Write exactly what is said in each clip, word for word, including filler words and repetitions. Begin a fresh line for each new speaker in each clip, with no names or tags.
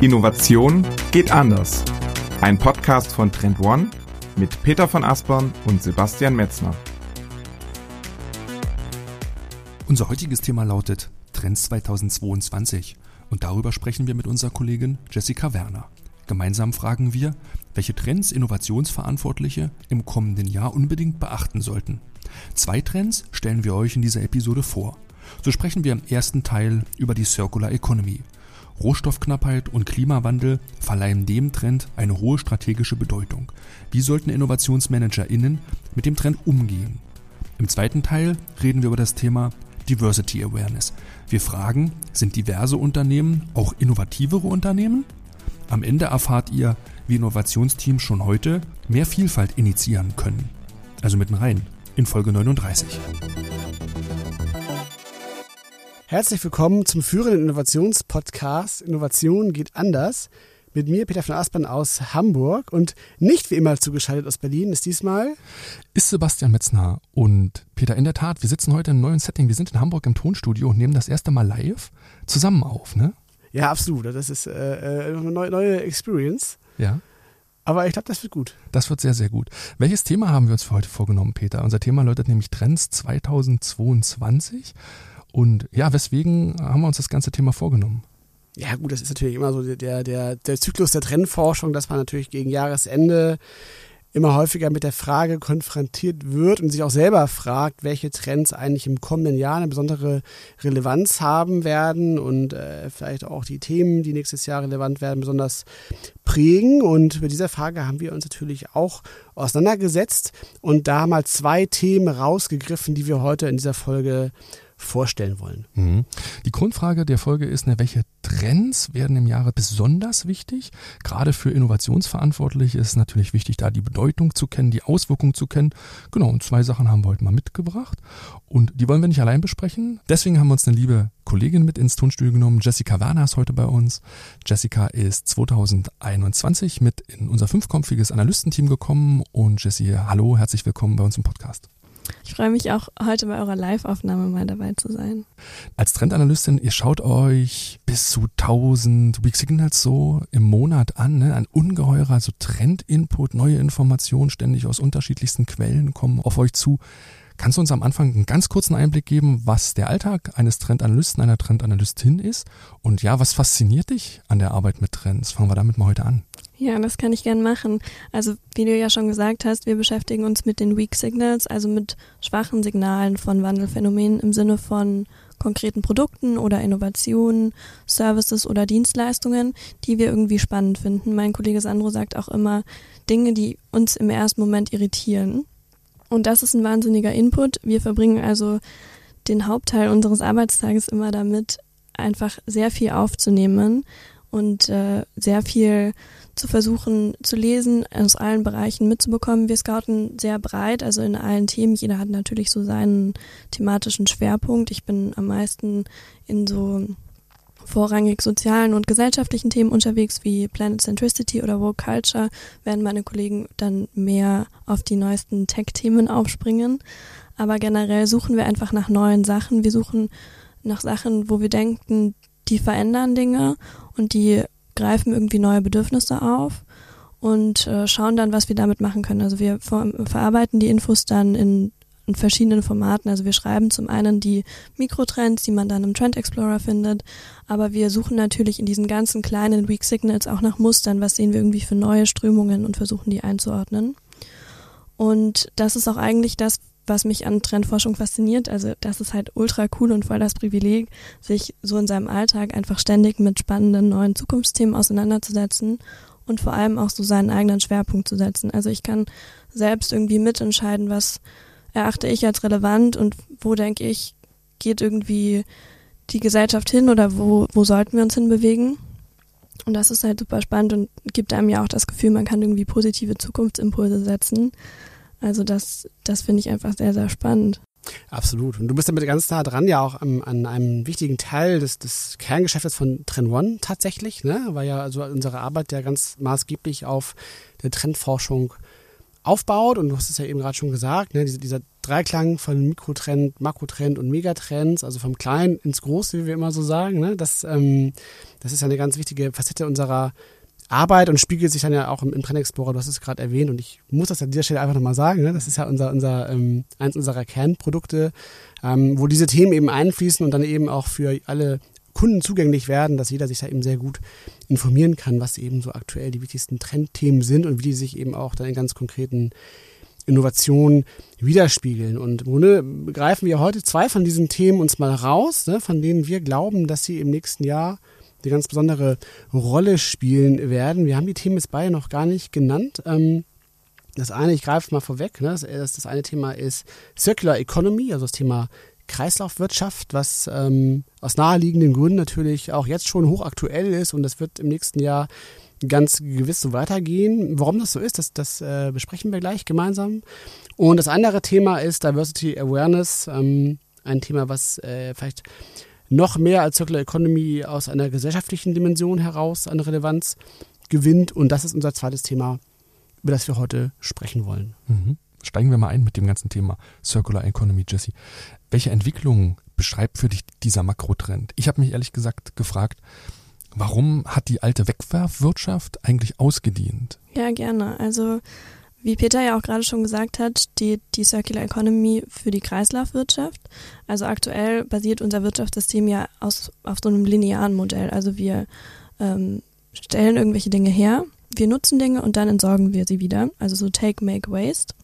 Innovation geht anders. Ein Podcast von Trend One mit Peter von Aspern und Sebastian Metzner.
Unser heutiges Thema lautet Trends zweitausendzweiundzwanzig und darüber sprechen wir mit unserer Kollegin Jessica Werner. Gemeinsam fragen wir, welche Trends Innovationsverantwortliche im kommenden Jahr unbedingt beachten sollten. Zwei Trends stellen wir euch in dieser Episode vor. So sprechen wir im ersten Teil über die Circular Economy. Rohstoffknappheit und Klimawandel verleihen dem Trend eine hohe strategische Bedeutung. Wie sollten InnovationsmanagerInnen mit dem Trend umgehen? Im zweiten Teil reden wir über das Thema Diversity Awareness. Wir fragen, sind diverse Unternehmen auch innovativere Unternehmen? Am Ende erfahrt ihr, wie Innovationsteams schon heute mehr Vielfalt initiieren können. Also mitten rein in Folge neununddreißig.
Herzlich willkommen zum führenden Innovationspodcast Innovation geht anders. Mit mir, Peter von Aspern aus Hamburg, und nicht wie immer zugeschaltet aus Berlin ist diesmal
ist Sebastian Metzner. Und Peter, in der Tat, wir sitzen heute in einem neuen Setting. Wir sind in Hamburg im Tonstudio und nehmen das erste Mal live zusammen auf, ne?
Ja, absolut. Das ist äh, eine neue, neue Experience.
Ja.
Aber ich glaube, das wird gut.
Das wird sehr, sehr gut. Welches Thema haben wir uns für heute vorgenommen, Peter? Unser Thema lautet nämlich Trends zweitausendzweiundzwanzig. Und ja, weswegen haben wir uns das ganze Thema vorgenommen?
Ja gut, das ist natürlich immer so der, der, der Zyklus der Trendforschung, dass man natürlich gegen Jahresende immer häufiger mit der Frage konfrontiert wird und sich auch selber fragt, welche Trends eigentlich im kommenden Jahr eine besondere Relevanz haben werden und äh, vielleicht auch die Themen, die nächstes Jahr relevant werden, besonders prägen. Und mit dieser Frage haben wir uns natürlich auch auseinandergesetzt und da mal zwei Themen rausgegriffen, die wir heute in dieser Folge vorstellen wollen.
Mhm. Die Grundfrage der Folge ist, ne, welche Trends werden im Jahre besonders wichtig? Gerade für Innovationsverantwortliche ist es natürlich wichtig, da die Bedeutung zu kennen, die Auswirkungen zu kennen. Genau, und zwei Sachen haben wir heute mal mitgebracht und die wollen wir nicht allein besprechen. Deswegen haben wir uns eine liebe Kollegin mit ins Tonstudio genommen. Jessica Werner ist heute bei uns. Jessica ist zweitausendeinundzwanzig mit in unser fünfköpfiges Analystenteam gekommen und Jessie, hallo, herzlich willkommen bei uns im Podcast.
Ich freue mich auch, heute bei eurer Live-Aufnahme mal dabei zu sein.
Als Trendanalystin, ihr schaut euch bis zu tausend Weak Signals so im Monat an, ne? Ein ungeheurer so Trend-Input, neue Informationen ständig aus unterschiedlichsten Quellen kommen auf euch zu. Kannst du uns am Anfang einen ganz kurzen Einblick geben, was der Alltag eines Trendanalysten, einer Trendanalystin ist? Und ja, was fasziniert dich an der Arbeit mit Trends? Fangen wir damit mal heute an.
Ja, das kann ich gern machen. Also wie du ja schon gesagt hast, wir beschäftigen uns mit den Weak Signals, also mit schwachen Signalen von Wandelphänomenen im Sinne von konkreten Produkten oder Innovationen, Services oder Dienstleistungen, die wir irgendwie spannend finden. Mein Kollege Sandro sagt auch immer Dinge, die uns im ersten Moment irritieren. Und das ist ein wahnsinniger Input. Wir verbringen also den Hauptteil unseres Arbeitstages immer damit, einfach sehr viel aufzunehmen und äh, sehr viel zu versuchen zu lesen, aus allen Bereichen mitzubekommen. Wir scouten sehr breit, also in allen Themen. Jeder hat natürlich so seinen thematischen Schwerpunkt. Ich bin am meisten in so vorrangig sozialen und gesellschaftlichen Themen unterwegs wie Planet Centricity oder Woke Culture, werden meine Kollegen dann mehr auf die neuesten Tech-Themen aufspringen. Aber generell suchen wir einfach nach neuen Sachen. Wir suchen nach Sachen, wo wir denken, die verändern Dinge und die greifen irgendwie neue Bedürfnisse auf und äh, schauen dann, was wir damit machen können. Also wir ver- verarbeiten die Infos dann in, in verschiedenen Formaten. Also wir schreiben zum einen die Mikrotrends, die man dann im Trend Explorer findet, aber wir suchen natürlich in diesen ganzen kleinen Weak Signals auch nach Mustern, was sehen wir irgendwie für neue Strömungen und versuchen die einzuordnen. Und das ist auch eigentlich das, was mich an Trendforschung fasziniert. Also das ist halt ultra cool und voll das Privileg, sich so in seinem Alltag einfach ständig mit spannenden neuen Zukunftsthemen auseinanderzusetzen und vor allem auch so seinen eigenen Schwerpunkt zu setzen. Also ich kann selbst irgendwie mitentscheiden, was erachte ich als relevant und wo denke ich, geht irgendwie die Gesellschaft hin oder wo, wo sollten wir uns hinbewegen. Und das ist halt super spannend und gibt einem ja auch das Gefühl, man kann irgendwie positive Zukunftsimpulse setzen. Also das, das finde ich einfach sehr, sehr spannend.
Absolut. Und du bist damit ganz nah dran, ja auch an, an einem wichtigen Teil des, des Kerngeschäftes von Trend One tatsächlich, ne? Weil ja also unsere Arbeit ja ganz maßgeblich auf der Trendforschung aufbaut. Und du hast es ja eben gerade schon gesagt, ne, diese, dieser Dreiklang von Mikrotrend, Makrotrend und Megatrends, also vom Kleinen ins Große, wie wir immer so sagen. Ne, das, ähm, das ist ja eine ganz wichtige Facette unserer Arbeit und spiegelt sich dann ja auch im, im Trend Explorer, du hast es gerade erwähnt und ich muss das an dieser Stelle einfach nochmal sagen, ne? Das ist ja unser, unser ähm, eins unserer Kernprodukte, ähm, wo diese Themen eben einfließen und dann eben auch für alle Kunden zugänglich werden, dass jeder sich da eben sehr gut informieren kann, was eben so aktuell die wichtigsten Trendthemen sind und wie die sich eben auch dann in ganz konkreten Innovationen widerspiegeln. Und im Grunde greifen wir heute zwei von diesen Themen uns mal raus, ne? Von denen wir glauben, dass sie im nächsten Jahr eine ganz besondere Rolle spielen werden. Wir haben die Themen jetzt beide noch gar nicht genannt. Das eine, ich greife mal vorweg, ne? das, das eine Thema ist Circular Economy, also das Thema Kreislaufwirtschaft, was ähm, aus naheliegenden Gründen natürlich auch jetzt schon hochaktuell ist und das wird im nächsten Jahr ganz gewiss so weitergehen. Warum das so ist, das, das äh, besprechen wir gleich gemeinsam. Und das andere Thema ist Diversity Awareness, ähm, ein Thema, was äh, vielleicht noch mehr als Circular Economy aus einer gesellschaftlichen Dimension heraus an Relevanz gewinnt. Und das ist unser zweites Thema, über das wir heute sprechen wollen.
Mhm. Steigen wir mal ein mit dem ganzen Thema Circular Economy, Jesse. Welche Entwicklung beschreibt für dich dieser Makrotrend? Ich habe mich ehrlich gesagt gefragt, warum hat die alte Wegwerfwirtschaft eigentlich ausgedient?
Ja, gerne. Also wie Peter ja auch gerade schon gesagt hat, steht die Circular Economy für die Kreislaufwirtschaft. Also aktuell basiert unser Wirtschaftssystem ja aus, auf so einem linearen Modell. Also wir ähm, stellen irgendwelche Dinge her, wir nutzen Dinge und dann entsorgen wir sie wieder. Also so Take, Make, Waste.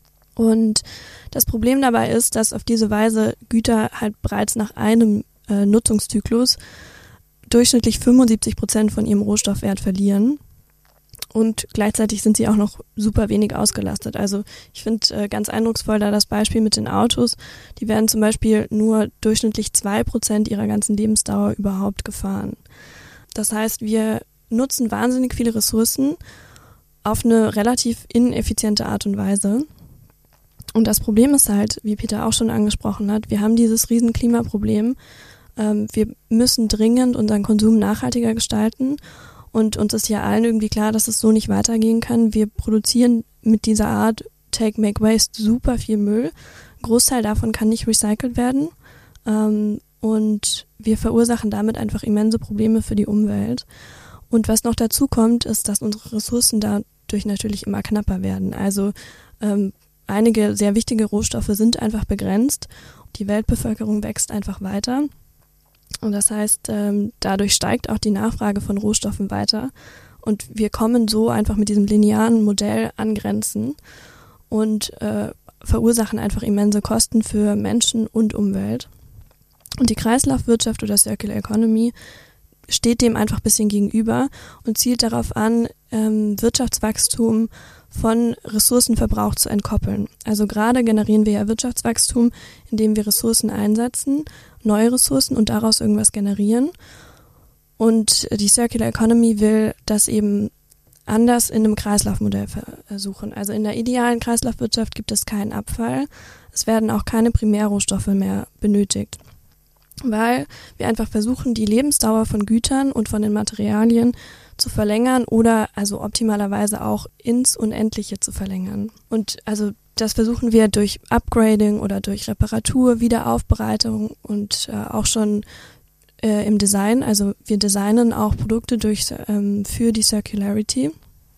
Und das Problem dabei ist, dass auf diese Weise Güter halt bereits nach einem äh, Nutzungszyklus durchschnittlich fünfundsiebzig Prozent von ihrem Rohstoffwert verlieren. Und gleichzeitig sind sie auch noch super wenig ausgelastet. Also ich finde äh, ganz eindrucksvoll da das Beispiel mit den Autos. Die werden zum Beispiel nur durchschnittlich zwei Prozent ihrer ganzen Lebensdauer überhaupt gefahren. Das heißt, wir nutzen wahnsinnig viele Ressourcen auf eine relativ ineffiziente Art und Weise. Und das Problem ist halt, wie Peter auch schon angesprochen hat, wir haben dieses riesen Klimaproblem. Ähm, wir müssen dringend unseren Konsum nachhaltiger gestalten. Und uns ist ja allen irgendwie klar, dass es so nicht weitergehen kann. Wir produzieren mit dieser Art Take, Make, Waste super viel Müll. Ein Großteil davon kann nicht recycelt werden. Ähm, und wir verursachen damit einfach immense Probleme für die Umwelt. Und was noch dazu kommt, ist, dass unsere Ressourcen dadurch natürlich immer knapper werden. Also ähm, einige sehr wichtige Rohstoffe sind einfach begrenzt. Die Weltbevölkerung wächst einfach weiter. Und das heißt, ähm, dadurch steigt auch die Nachfrage von Rohstoffen weiter. Und wir kommen so einfach mit diesem linearen Modell an Grenzen und äh, verursachen einfach immense Kosten für Menschen und Umwelt. Und die Kreislaufwirtschaft oder Circular Economy steht dem einfach ein bisschen gegenüber und zielt darauf an, ähm, Wirtschaftswachstum von Ressourcenverbrauch zu entkoppeln. Also gerade generieren wir ja Wirtschaftswachstum, indem wir Ressourcen einsetzen, neue Ressourcen und daraus irgendwas generieren. Und die Circular Economy will das eben anders in einem Kreislaufmodell versuchen. Also in der idealen Kreislaufwirtschaft gibt es keinen Abfall. Es werden auch keine Primärrohstoffe mehr benötigt, weil wir einfach versuchen, die Lebensdauer von Gütern und von den Materialien zu verlängern oder also optimalerweise auch ins Unendliche zu verlängern. Und also das versuchen wir durch Upgrading oder durch Reparatur, Wiederaufbereitung und äh, auch schon äh, im Design. Also wir designen auch Produkte durch, ähm, für die Circularity.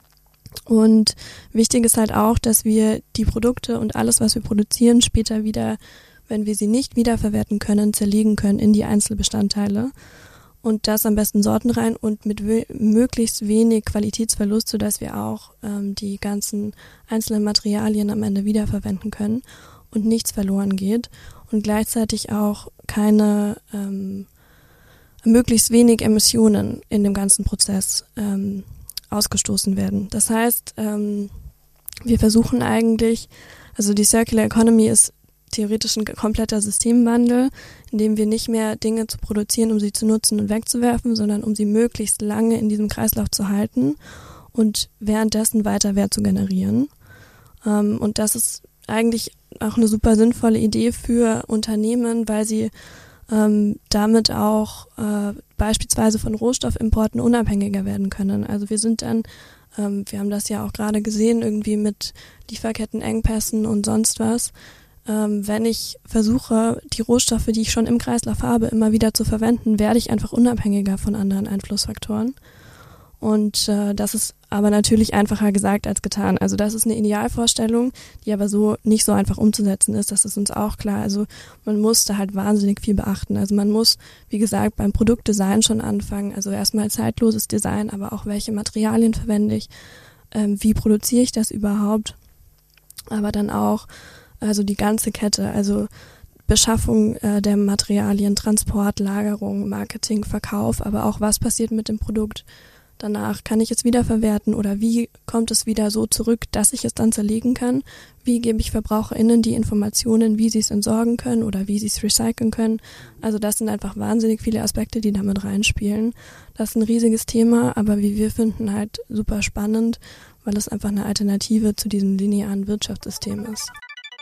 Und wichtig ist halt auch, dass wir die Produkte und alles, was wir produzieren, später wieder, wenn wir sie nicht wiederverwerten können, zerlegen können in die Einzelbestandteile. Und das am besten sortenrein und mit we- möglichst wenig Qualitätsverlust, sodass wir auch ähm, die ganzen einzelnen Materialien am Ende wiederverwenden können und nichts verloren geht und gleichzeitig auch keine ähm, möglichst wenig Emissionen in dem ganzen Prozess ähm, ausgestoßen werden. Das heißt, ähm, wir versuchen eigentlich, also die Circular Economy ist theoretisch ein kompletter Systemwandel, in dem wir nicht mehr Dinge zu produzieren, um sie zu nutzen und wegzuwerfen, sondern um sie möglichst lange in diesem Kreislauf zu halten und währenddessen weiter Wert zu generieren. Ähm, und das ist eigentlich auch eine super sinnvolle Idee für Unternehmen, weil sie ähm, damit auch äh, beispielsweise von Rohstoffimporten unabhängiger werden können. Also wir sind dann Ähm, wir haben das ja auch gerade gesehen, irgendwie mit Lieferkettenengpässen und sonst was. Ähm, wenn ich versuche, die Rohstoffe, die ich schon im Kreislauf habe, immer wieder zu verwenden, werde ich einfach unabhängiger von anderen Einflussfaktoren. Und äh, das ist aber natürlich einfacher gesagt als getan. Also das ist eine Idealvorstellung, die aber so nicht so einfach umzusetzen ist. Das ist uns auch klar. Also man muss da halt wahnsinnig viel beachten. Also man muss, wie gesagt, beim Produktdesign schon anfangen. Also erstmal zeitloses Design, aber auch welche Materialien verwende ich, ähm, wie produziere ich das überhaupt. Aber dann auch also die ganze Kette, also Beschaffung äh, der Materialien, Transport, Lagerung, Marketing, Verkauf, aber auch was passiert mit dem Produkt. Danach kann ich es wiederverwerten oder wie kommt es wieder so zurück, dass ich es dann zerlegen kann? Wie gebe ich VerbraucherInnen die Informationen, wie sie es entsorgen können oder wie sie es recyceln können? Also das sind einfach wahnsinnig viele Aspekte, die damit reinspielen. Das ist ein riesiges Thema, aber wie wir finden halt super spannend, weil es einfach eine Alternative zu diesem linearen Wirtschaftssystem ist.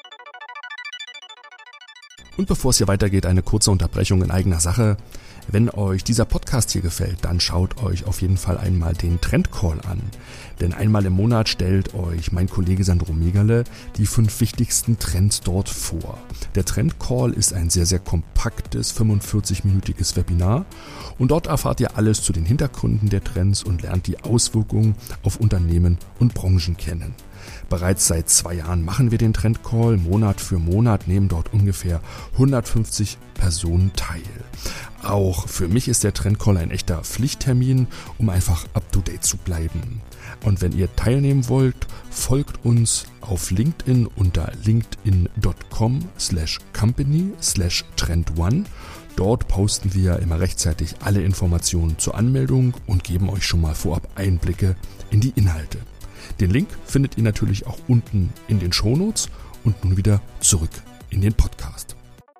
Und bevor es hier weitergeht, eine kurze Unterbrechung in eigener Sache. Wenn euch dieser Podcast hier gefällt, dann schaut euch auf jeden Fall einmal den Trendcall an. Denn einmal im Monat stellt euch mein Kollege Sandro Megerle die fünf wichtigsten Trends dort vor. Der Trendcall ist ein sehr, sehr kompaktes, fünfundvierzig-minütiges Webinar und dort erfahrt ihr alles zu den Hintergründen der Trends und lernt die Auswirkungen auf Unternehmen und Branchen kennen. Bereits seit zwei Jahren machen wir den Trendcall. Monat für Monat nehmen dort ungefähr hundertfünfzig Personen teil. Auch für mich ist der Trendcall ein echter Pflichttermin, um einfach up-to-date zu bleiben. Und wenn ihr teilnehmen wollt, folgt uns auf LinkedIn unter linkedin.com slash company slash trendone. Dort posten wir immer rechtzeitig alle Informationen zur Anmeldung und geben euch schon mal vorab Einblicke in die Inhalte. Den Link findet ihr natürlich auch unten in den Shownotes und nun wieder zurück in den Podcast.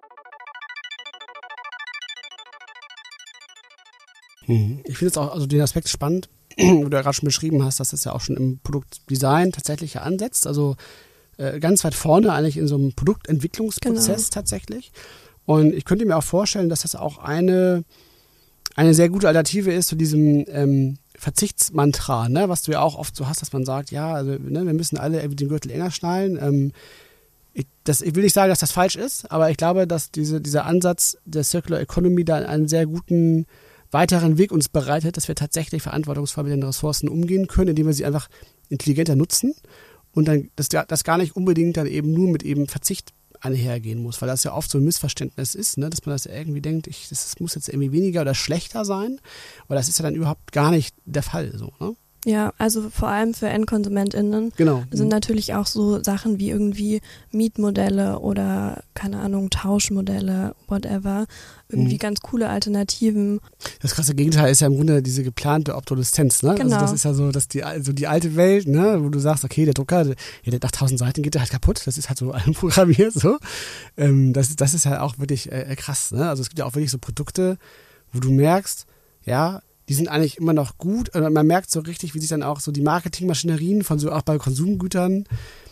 Ich finde es auch, also den Aspekt spannend, wo du ja gerade schon beschrieben hast, dass das ja auch schon im Produktdesign tatsächlich ja ansetzt, also äh, ganz weit vorne eigentlich in so einem Produktentwicklungsprozess genau. tatsächlich. Und ich könnte mir auch vorstellen, dass das auch eine, eine sehr gute Alternative ist zu diesem ähm, Verzichtsmantra, ne, was du ja auch oft so hast, dass man sagt, ja, also ne, wir müssen alle den Gürtel enger schnallen. Ähm, ich, das, ich will nicht sagen, dass das falsch ist, aber ich glaube, dass diese, dieser Ansatz der Circular Economy da einen sehr guten weiteren Weg uns bereitet, dass wir tatsächlich verantwortungsvoll mit den Ressourcen umgehen können, indem wir sie einfach intelligenter nutzen und dann das, das gar nicht unbedingt dann eben nur mit eben Verzicht einhergehen muss, weil das ja oft so ein Missverständnis ist, ne, dass man das irgendwie denkt, ich, das muss jetzt irgendwie weniger oder schlechter sein, aber das ist ja dann überhaupt gar nicht der Fall, so, ne?
Ja, also vor allem für EndkonsumentInnen
genau.
sind natürlich auch so Sachen wie irgendwie Mietmodelle oder, keine Ahnung, Tauschmodelle, whatever, irgendwie mhm. ganz coole Alternativen.
Das krasse Gegenteil ist ja im Grunde diese geplante Obsoleszenz, ne?
Genau.
Also das ist ja so, dass die, also die alte Welt, ne, wo du sagst, okay, der Drucker, der, der nach tausend Seiten geht der halt kaputt, das ist halt so einprogrammiert, so. Ähm, das, das ist halt auch wirklich äh, krass, ne? Also es gibt ja auch wirklich so Produkte, wo du merkst, ja, die sind eigentlich immer noch gut. Man merkt so richtig, wie sich dann auch so die Marketingmaschinerien von so auch bei Konsumgütern,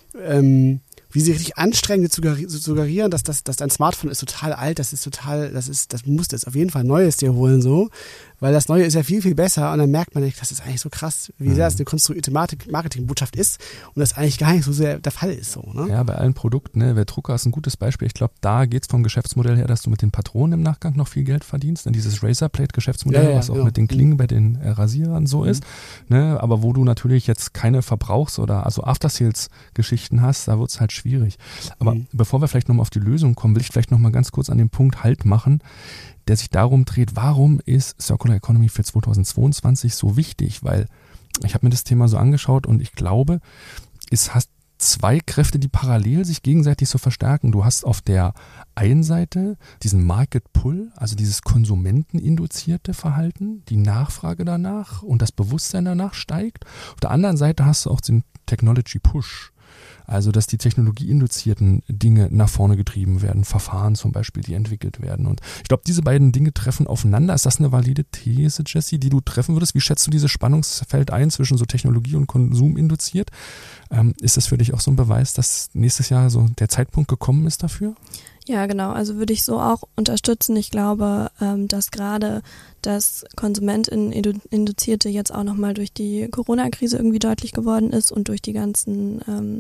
ähm, wie sie richtig anstrengend zu suggerieren, dass, das, dass dein Smartphone ist total alt, das ist total, das ist, das musst du jetzt auf jeden Fall ein neues dir holen, so. Weil das Neue ist ja viel, viel besser und dann merkt man nicht, das ist eigentlich so krass, wie sehr das eine konstruierte Marketingbotschaft ist und das eigentlich gar nicht so sehr der Fall ist, so, ne?
Ja, bei allen Produkten, ne, der Drucker ist ein gutes Beispiel. Ich glaube, da geht es vom Geschäftsmodell her, dass du mit den Patronen im Nachgang noch viel Geld verdienst. Denn dieses Razorplate-Geschäftsmodell, ja, ja, was auch genau. mit den Klingen bei den äh, Rasierern so mhm. ist, ne, aber wo du natürlich jetzt keine Verbrauchs- oder also After-Sales-Geschichten hast, da wird es halt schwierig. Aber mhm. bevor wir vielleicht nochmal auf die Lösung kommen, will ich vielleicht nochmal ganz kurz an den Punkt Halt machen, der sich darum dreht, warum ist Circular Economy für zweitausendzweiundzwanzig so wichtig? Weil ich habe mir das Thema so angeschaut und ich glaube, es hat zwei Kräfte, die parallel sich gegenseitig so verstärken. Du hast auf der einen Seite diesen Market Pull, also dieses konsumenteninduzierte Verhalten, die Nachfrage danach und das Bewusstsein danach steigt. Auf der anderen Seite hast du auch den Technology Push. Also, dass die technologieinduzierten Dinge nach vorne getrieben werden, Verfahren zum Beispiel, die entwickelt werden. Und ich glaube, diese beiden Dinge treffen aufeinander. Ist das eine valide These, Jessie, die du treffen würdest? Wie schätzt du dieses Spannungsfeld ein zwischen so Technologie und Konsum induziert? Ähm, ist das für dich auch so ein Beweis, dass nächstes Jahr so der Zeitpunkt gekommen ist dafür?
Ja, genau. Also würde ich so auch unterstützen. Ich glaube, ähm, dass gerade das KonsumentInnen-Induzierte jetzt auch nochmal durch die Corona-Krise irgendwie deutlich geworden ist und durch die ganzen ähm,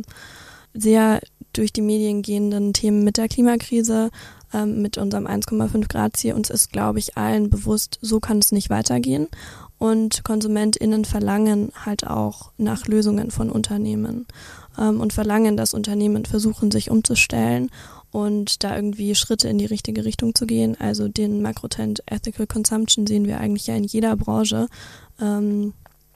sehr durch die Medien gehenden Themen mit der Klimakrise, ähm, mit unserem eins Komma fünf Grad Ziel. Uns ist, glaube ich, allen bewusst, so kann es nicht weitergehen. Und KonsumentInnen verlangen halt auch nach Lösungen von Unternehmen ähm, und verlangen, dass Unternehmen versuchen, sich umzustellen und da irgendwie Schritte in die richtige Richtung zu gehen. Also den Makrotrend Ethical Consumption sehen wir eigentlich ja in jeder Branche. Ähm,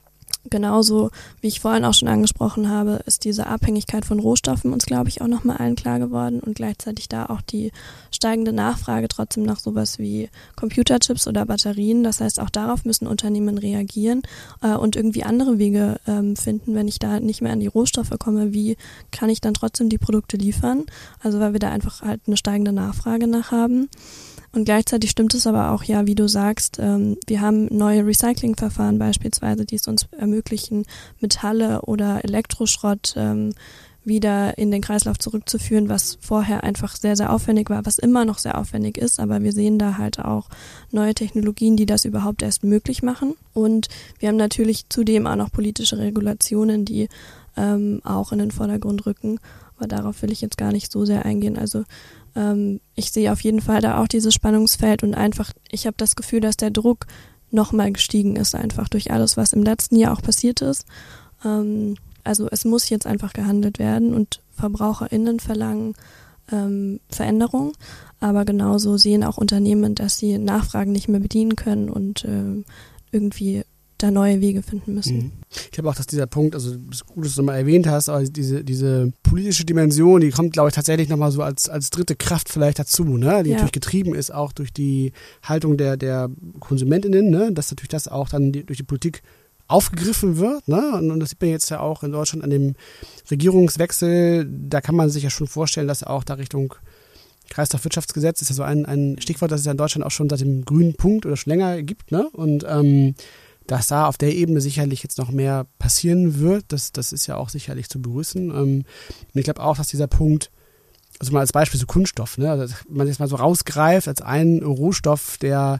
genauso, wie ich vorhin auch schon angesprochen habe, ist diese Abhängigkeit von Rohstoffen uns, glaube ich, auch nochmal allen klar geworden und gleichzeitig da auch die steigende Nachfrage trotzdem nach sowas wie Computerchips oder Batterien. Das heißt, auch darauf müssen Unternehmen reagieren äh, und irgendwie andere Wege ähm, finden, wenn ich da nicht mehr an die Rohstoffe komme. Wie kann ich dann trotzdem die Produkte liefern? Also weil wir da einfach halt eine steigende Nachfrage nach haben. Und gleichzeitig stimmt es aber auch, ja, wie du sagst, ähm, wir haben neue Recyclingverfahren beispielsweise, die es uns ermöglichen, Metalle oder Elektroschrott ähm, wieder in den Kreislauf zurückzuführen, was vorher einfach sehr, sehr aufwendig war, was immer noch sehr aufwendig ist, aber wir sehen da halt auch neue Technologien, die das überhaupt erst möglich machen. Und wir haben natürlich zudem auch noch politische Regulationen, die ähm, auch in den Vordergrund rücken, aber darauf will ich jetzt gar nicht so sehr eingehen. Also ähm, ich sehe auf jeden Fall da auch dieses Spannungsfeld und einfach, ich habe das Gefühl, dass der Druck nochmal gestiegen ist, einfach durch alles, was im letzten Jahr auch passiert ist. Ähm, Also es muss jetzt einfach gehandelt werden und VerbraucherInnen verlangen ähm, Veränderung, aber genauso sehen auch Unternehmen, dass sie Nachfragen nicht mehr bedienen können und äh, irgendwie da neue Wege finden müssen.
Mhm. Ich glaube auch, dass dieser Punkt, also das ist gut, dass du mal erwähnt hast, aber diese, diese politische Dimension, die kommt, glaube ich, tatsächlich nochmal so als, als dritte Kraft vielleicht dazu, ne? Die
ja.
natürlich getrieben ist auch durch die Haltung der, der KonsumentInnen, ne? Dass natürlich das auch dann die, durch die Politik aufgegriffen wird, ne? Und, und das sieht man jetzt ja auch in Deutschland an dem Regierungswechsel. Da kann man sich ja schon vorstellen, dass auch da Richtung Kreislaufwirtschaftsgesetz ist ja so ein, ein Stichwort, das es ja in Deutschland auch schon seit dem grünen Punkt oder schon länger gibt, ne? Und ähm, dass da auf der Ebene sicherlich jetzt noch mehr passieren wird, das, das ist ja auch sicherlich zu begrüßen. Ähm, und ich glaube auch, dass dieser Punkt, also mal als Beispiel so Kunststoff, ne? Also, wenn man jetzt mal so rausgreift als einen Rohstoff, der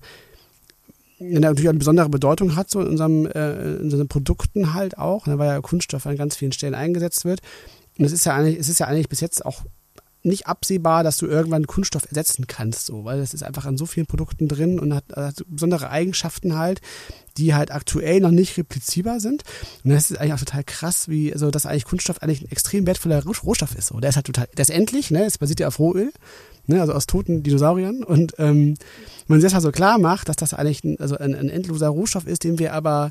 natürlich eine besondere Bedeutung hat, so in, unserem, äh, in unseren Produkten halt auch, ne, weil ja Kunststoff an ganz vielen Stellen eingesetzt wird. Und es ist ja eigentlich, es ist ja eigentlich bis jetzt auch nicht absehbar, dass du irgendwann Kunststoff ersetzen kannst, so, weil das ist einfach an so vielen Produkten drin und hat, hat besondere Eigenschaften halt, die halt aktuell noch nicht replizierbar sind. Und das ist eigentlich auch total krass, wie, also, dass eigentlich Kunststoff eigentlich ein extrem wertvoller Rohstoff ist. So. Der ist halt total, der ist endlich, ne, es basiert ja auf Rohöl, ne, also aus toten Dinosauriern. Und ähm, wenn man sich das mal so klar macht, dass das eigentlich ein, also ein, ein endloser Rohstoff ist, den wir aber,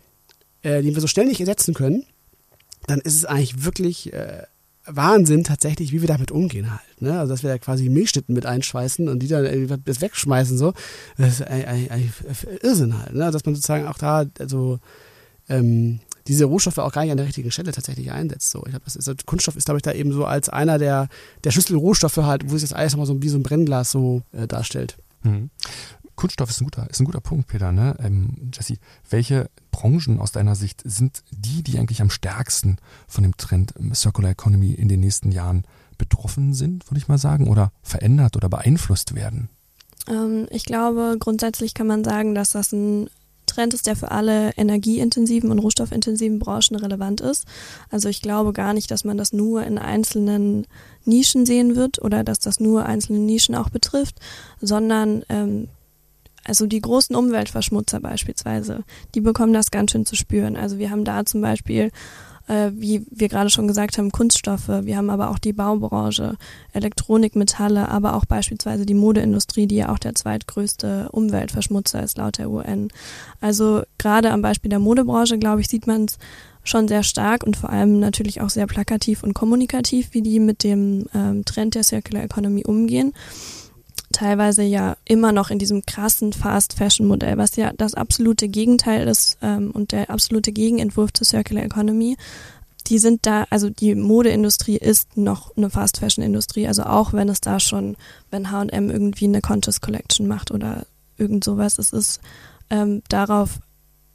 äh, den wir so schnell nicht ersetzen können, dann ist es eigentlich wirklich äh, Wahnsinn tatsächlich, wie wir damit umgehen halt. Ne? Also dass wir da quasi Milchschnitten mit einschweißen und die dann irgendwie das wegschmeißen so. Das ist eigentlich, eigentlich Irrsinn halt. Ne? Dass man sozusagen auch da, also ähm, diese Rohstoffe auch gar nicht an der richtigen Stelle tatsächlich einsetzt. So. Ich glaub, das ist, also Kunststoff ist, glaube ich, da eben so als einer der, der Schlüsselrohstoffe halt, wo sich das alles nochmal so wie so ein Brennglas so äh, darstellt.
Mhm. Kunststoff ist ein guter, ist ein guter Punkt, Peter. Ne? Ähm, Jessie, welche Branchen aus deiner Sicht sind die, die eigentlich am stärksten von dem Trend Circular Economy in den nächsten Jahren betroffen sind, würde ich mal sagen, oder verändert oder beeinflusst werden?
Ähm, ich glaube, grundsätzlich kann man sagen, dass das ein Trend ist, der für alle energieintensiven und rohstoffintensiven Branchen relevant ist. Also ich glaube gar nicht, dass man das nur in einzelnen Nischen sehen wird oder dass das nur einzelne Nischen auch betrifft, sondern ähm, also die großen Umweltverschmutzer beispielsweise, die bekommen das ganz schön zu spüren. Also wir haben da zum Beispiel, äh, wie wir gerade schon gesagt haben, Kunststoffe, wir haben aber auch die Baubranche, Elektronik, Metalle, aber auch beispielsweise die Modeindustrie, die ja auch der zweitgrößte Umweltverschmutzer ist laut der U N. Also gerade am Beispiel der Modebranche, glaube ich, sieht man es schon sehr stark und vor allem natürlich auch sehr plakativ und kommunikativ, wie die mit dem ähm, Trend der Circular Economy umgehen. Teilweise ja immer noch in diesem krassen Fast-Fashion-Modell, was ja das absolute Gegenteil ist ähm, und der absolute Gegenentwurf zur Circular Economy. Die sind da, also die Modeindustrie ist noch eine Fast-Fashion-Industrie, also auch wenn es da schon, wenn H und M irgendwie eine Conscious Collection macht oder irgend sowas, es ist ähm, darauf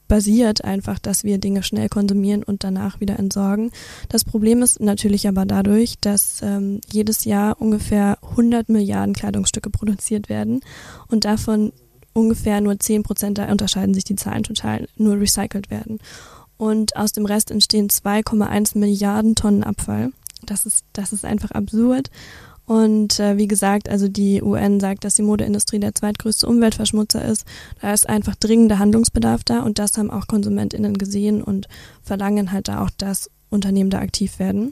basiert einfach, dass wir Dinge schnell konsumieren und danach wieder entsorgen. Das Problem ist natürlich aber dadurch, dass ähm, jedes Jahr ungefähr hundert Milliarden Kleidungsstücke produziert werden und davon ungefähr nur zehn Prozent, da unterscheiden sich die Zahlen total, nur recycelt werden. Und aus dem Rest entstehen zwei Komma eins Milliarden Tonnen Abfall. Das ist, das ist einfach absurd. Und äh, wie gesagt, also die U N sagt, dass die Modeindustrie der zweitgrößte Umweltverschmutzer ist. Da ist einfach dringender Handlungsbedarf da und das haben auch KonsumentInnen gesehen und verlangen halt da auch, dass Unternehmen da aktiv werden.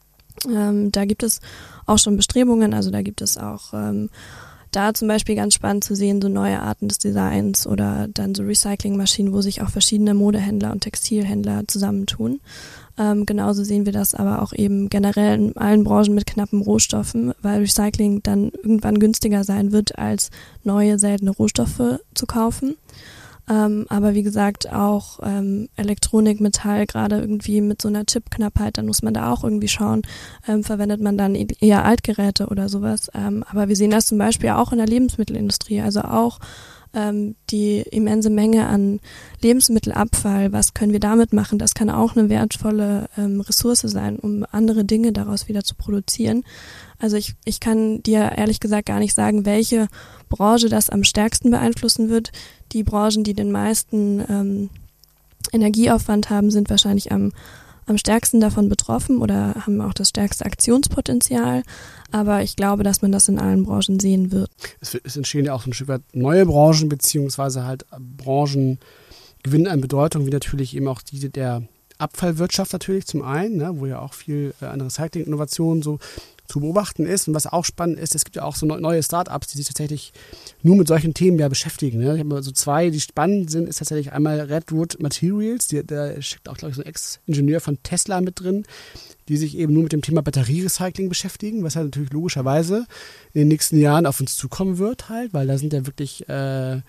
Ähm, da gibt es auch schon Bestrebungen, also da gibt es auch ähm, da zum Beispiel ganz spannend zu sehen, so neue Arten des Designs oder dann so Recyclingmaschinen, wo sich auch verschiedene Modehändler und Textilhändler zusammentun. Ähm, genauso sehen wir das aber auch eben generell in allen Branchen mit knappen Rohstoffen, weil Recycling dann irgendwann günstiger sein wird, als neue, seltene Rohstoffe zu kaufen. Ähm, aber wie gesagt, auch ähm, Elektronik, Metall, gerade irgendwie mit so einer Chipknappheit, dann muss man da auch irgendwie schauen, ähm, verwendet man dann eher Altgeräte oder sowas. Ähm, aber wir sehen das zum Beispiel auch in der Lebensmittelindustrie, also auch ähm, die immense Menge an Lebensmittelabfall, was können wir damit machen? Das kann auch eine wertvolle ähm, Ressource sein, um andere Dinge daraus wieder zu produzieren. Also ich, ich kann dir ehrlich gesagt gar nicht sagen, welche Branche das am stärksten beeinflussen wird. Die Branchen, die den meisten ähm, Energieaufwand haben, sind wahrscheinlich am, am stärksten davon betroffen oder haben auch das stärkste Aktionspotenzial. Aber ich glaube, dass man das in allen Branchen sehen wird.
Es, es entstehen ja auch so ein Stück weit neue Branchen, beziehungsweise halt Branchen gewinnen an Bedeutung, wie natürlich eben auch die der Abfallwirtschaft natürlich zum einen, ne, wo ja auch viel äh, an Recycling-Innovationen so zu beobachten ist. Und was auch spannend ist, es gibt ja auch so neue Startups, die sich tatsächlich nur mit solchen Themen ja beschäftigen. Ne? Ich habe mal so zwei, die spannend sind, ist tatsächlich einmal Redwood Materials, die, da steckt auch, glaube ich, so ein Ex-Ingenieur von Tesla mit drin, die sich eben nur mit dem Thema Batterierecycling beschäftigen, was halt natürlich logischerweise in den nächsten Jahren auf uns zukommen wird halt, weil da sind ja wirklich äh,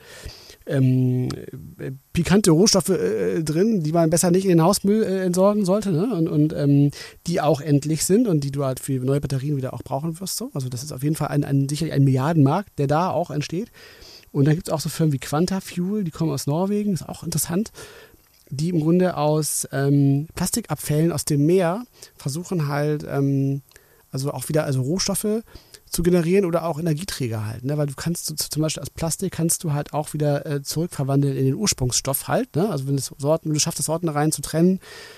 Ähm, pikante Rohstoffe äh, drin, die man besser nicht in den Hausmüll äh, entsorgen sollte, ne? und, und ähm, die auch endlich sind und die du halt für neue Batterien wieder auch brauchen wirst. So. Also das ist auf jeden Fall ein, ein, sicherlich ein Milliardenmarkt, der da auch entsteht. Und dann gibt es auch so Firmen wie Quantafuel, die kommen aus Norwegen, ist auch interessant, die im Grunde aus ähm, Plastikabfällen aus dem Meer versuchen halt, ähm, also auch wieder also Rohstoffe zu generieren oder auch Energieträger halt, ne? Weil du kannst du, zum Beispiel aus Plastik kannst du halt auch wieder äh, zurückverwandeln in den Ursprungsstoff halt, ne? Also wenn, das Sorten, wenn du schaffst, das Sortenreihen zu trennen,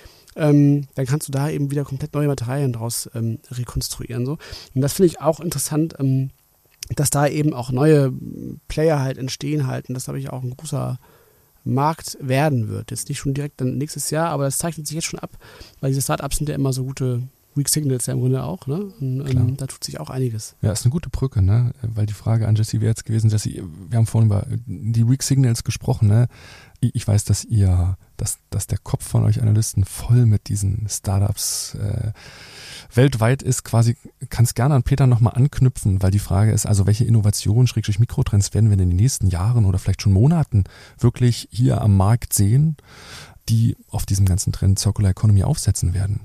ähm, dann kannst du da eben wieder komplett neue Materialien draus ähm, rekonstruieren. So. Und das finde ich auch interessant, ähm, dass da eben auch neue Player halt entstehen halt und das glaube ich auch ein großer Markt werden wird. Jetzt nicht schon direkt dann nächstes Jahr, aber das zeichnet sich jetzt schon ab, weil diese Startups sind ja immer so gute Weak Signals ja im Grunde auch, ne? Und ähm, da tut sich auch einiges.
Ja, ist eine gute Brücke, ne? Weil die Frage an Jessie wäre jetzt gewesen, Jessie, wir haben vorhin über die Weak Signals gesprochen, ne? Ich weiß, dass ihr, dass, dass der Kopf von euch Analysten voll mit diesen Startups äh, weltweit ist, quasi, kannst gerne an Peter nochmal anknüpfen, weil die Frage ist, also welche Innovationen, Schrägstrich Mikrotrends werden wir in den nächsten Jahren oder vielleicht schon Monaten wirklich hier am Markt sehen, die auf diesem ganzen Trend Circular Economy aufsetzen werden?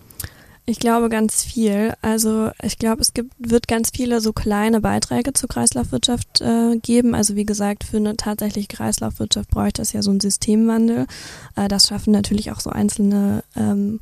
Ich glaube ganz viel. Also ich glaube, es gibt, wird ganz viele so kleine Beiträge zur Kreislaufwirtschaft äh, geben. Also wie gesagt, für eine tatsächliche Kreislaufwirtschaft bräuchte es ja so einen Systemwandel. Äh, das schaffen natürlich auch so einzelne ähm,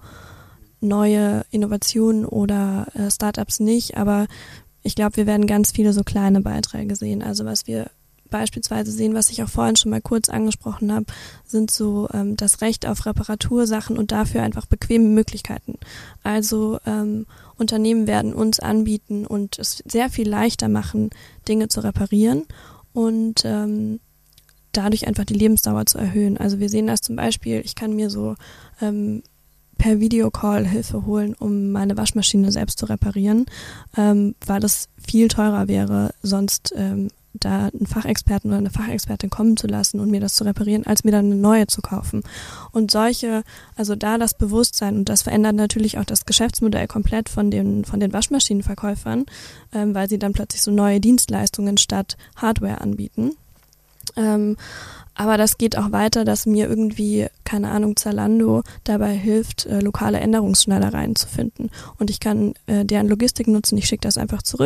neue Innovationen oder äh, Startups nicht. Aber ich glaube, wir werden ganz viele so kleine Beiträge sehen. Also was wir beispielsweise sehen, was ich auch vorhin schon mal kurz angesprochen habe, sind so ähm, das Recht auf Reparatursachen und dafür einfach bequeme Möglichkeiten. Also ähm, Unternehmen werden uns anbieten und es sehr viel leichter machen, Dinge zu reparieren und ähm, dadurch einfach die Lebensdauer zu erhöhen. Also wir sehen das zum Beispiel, ich kann mir so ähm, per Videocall Hilfe holen, um meine Waschmaschine selbst zu reparieren, ähm, weil es viel teurer wäre, sonst ähm, da einen Fachexperten oder eine Fachexpertin kommen zu lassen und mir das zu reparieren, als mir dann eine neue zu kaufen. Und solche, also da das Bewusstsein, und das verändert natürlich auch das Geschäftsmodell komplett von den, von den Waschmaschinenverkäufern, ähm, weil sie dann plötzlich so neue Dienstleistungen statt Hardware anbieten. Ähm, aber das geht auch weiter, dass mir irgendwie, keine Ahnung, Zalando dabei hilft, äh, lokale Änderungsschneidereien zu finden. Und ich kann äh, deren Logistik nutzen, ich schicke das einfach zurück,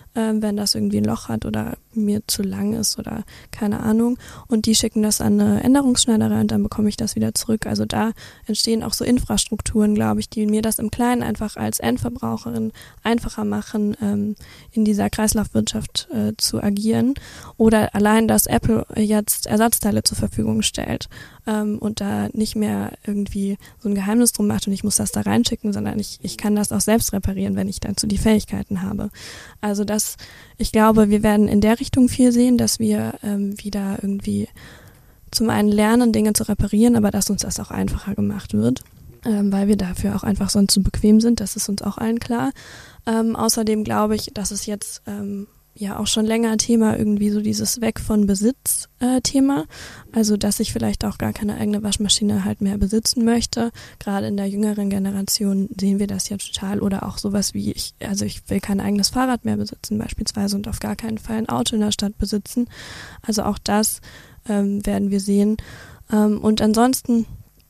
äh, wenn das irgendwie ein Loch hat oder mir zu lang ist oder keine Ahnung. Und die schicken das an eine Änderungsschneiderei und dann bekomme ich das wieder zurück. Also da entstehen auch so Infrastrukturen, glaube ich, die mir das im Kleinen einfach als Endverbraucherin einfacher machen, ähm, in dieser Kreislaufwirtschaft äh, zu agieren. Oder allein, dass Apple jetzt Ersatzteile zur Verfügung stellt ähm, und da nicht mehr irgendwie so ein Geheimnis drum macht und ich muss das da reinschicken, sondern ich, ich kann das auch selbst reparieren, wenn ich dazu die Fähigkeiten habe. Also das, ich glaube, wir werden in der Richtung viel sehen, dass wir ähm, wieder irgendwie zum einen lernen, Dinge zu reparieren, aber dass uns das auch einfacher gemacht wird, ähm, weil wir dafür auch einfach sonst zu bequem sind, das ist uns auch allen klar. Ähm, außerdem glaube ich, dass es jetzt ähm, ja auch schon länger Thema irgendwie so dieses Weg von Besitz äh, Thema, also dass ich vielleicht auch gar keine eigene Waschmaschine halt mehr besitzen möchte. Gerade in der jüngeren Generation sehen wir das ja total, oder auch sowas wie ich, also ich will kein eigenes Fahrrad mehr besitzen beispielsweise und auf gar keinen Fall ein Auto in der Stadt besitzen. Also auch das ähm, werden wir sehen. Ähm, und ansonsten,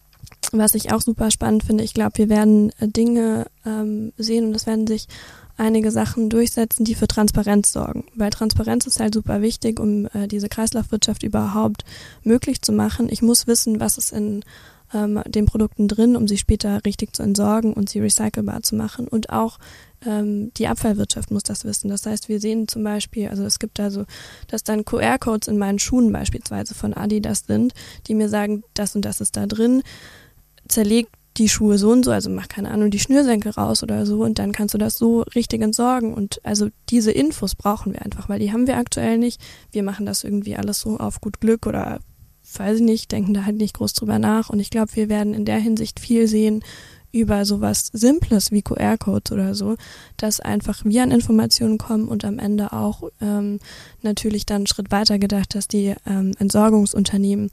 was ich auch super spannend finde, ich glaube, wir werden äh, Dinge ähm, sehen und es werden sich einige Sachen durchsetzen, die für Transparenz sorgen. Weil Transparenz ist halt super wichtig, um äh, diese Kreislaufwirtschaft überhaupt möglich zu machen. Ich muss wissen, was ist in ähm, den Produkten drin, um sie später richtig zu entsorgen und sie recycelbar zu machen. Und auch ähm, die Abfallwirtschaft muss das wissen. Das heißt, wir sehen zum Beispiel, also es gibt da so, dass dann Q R-Codes in meinen Schuhen beispielsweise von Adidas sind, die mir sagen, das und das ist da drin, zerlegt die Schuhe so und so, also mach keine Ahnung, die Schnürsenkel raus oder so und dann kannst du das so richtig entsorgen und also diese Infos brauchen wir einfach, weil die haben wir aktuell nicht. Wir machen das irgendwie alles so auf gut Glück oder weiß ich nicht, denken da halt nicht groß drüber nach und ich glaube, wir werden in der Hinsicht viel sehen über sowas Simples wie Q R-Codes oder so, dass einfach wir an Informationen kommen und am Ende auch ähm, natürlich dann einen Schritt weiter gedacht, dass die ähm, Entsorgungsunternehmen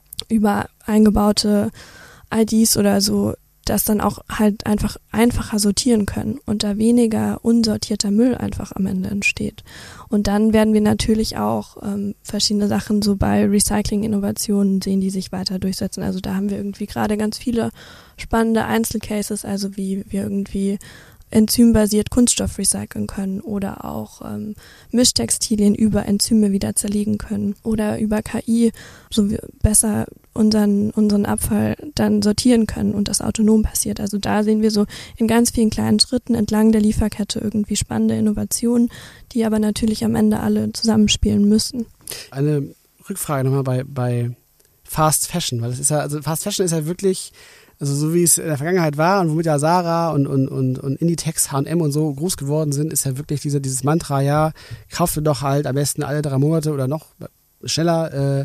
über eingebaute I Ds oder so, das dann auch halt einfach einfacher sortieren können und da weniger unsortierter Müll einfach am Ende entsteht. Und dann werden wir natürlich auch ähm, verschiedene Sachen so bei Recycling-Innovationen sehen, die sich weiter durchsetzen. Also da haben wir irgendwie gerade ganz viele spannende Einzelcases, also wie wir irgendwie enzymbasiert Kunststoff recyceln können oder auch ähm, Mischtextilien über Enzyme wieder zerlegen können oder über K I so wir besser unseren unseren Abfall dann sortieren können und das autonom passiert. Also da sehen wir so in ganz vielen kleinen Schritten entlang der Lieferkette irgendwie spannende Innovationen, die aber natürlich am Ende alle zusammenspielen müssen.
Eine Rückfrage nochmal bei, bei Fast Fashion, weil das ist ja, also Fast Fashion ist ja wirklich, also so wie es in der Vergangenheit war und womit ja Zara und, und, und, und Inditex, H und M und so groß geworden sind, ist ja wirklich diese, dieses Mantra, ja, kauft ihr doch halt am besten alle drei Monate oder noch schneller äh,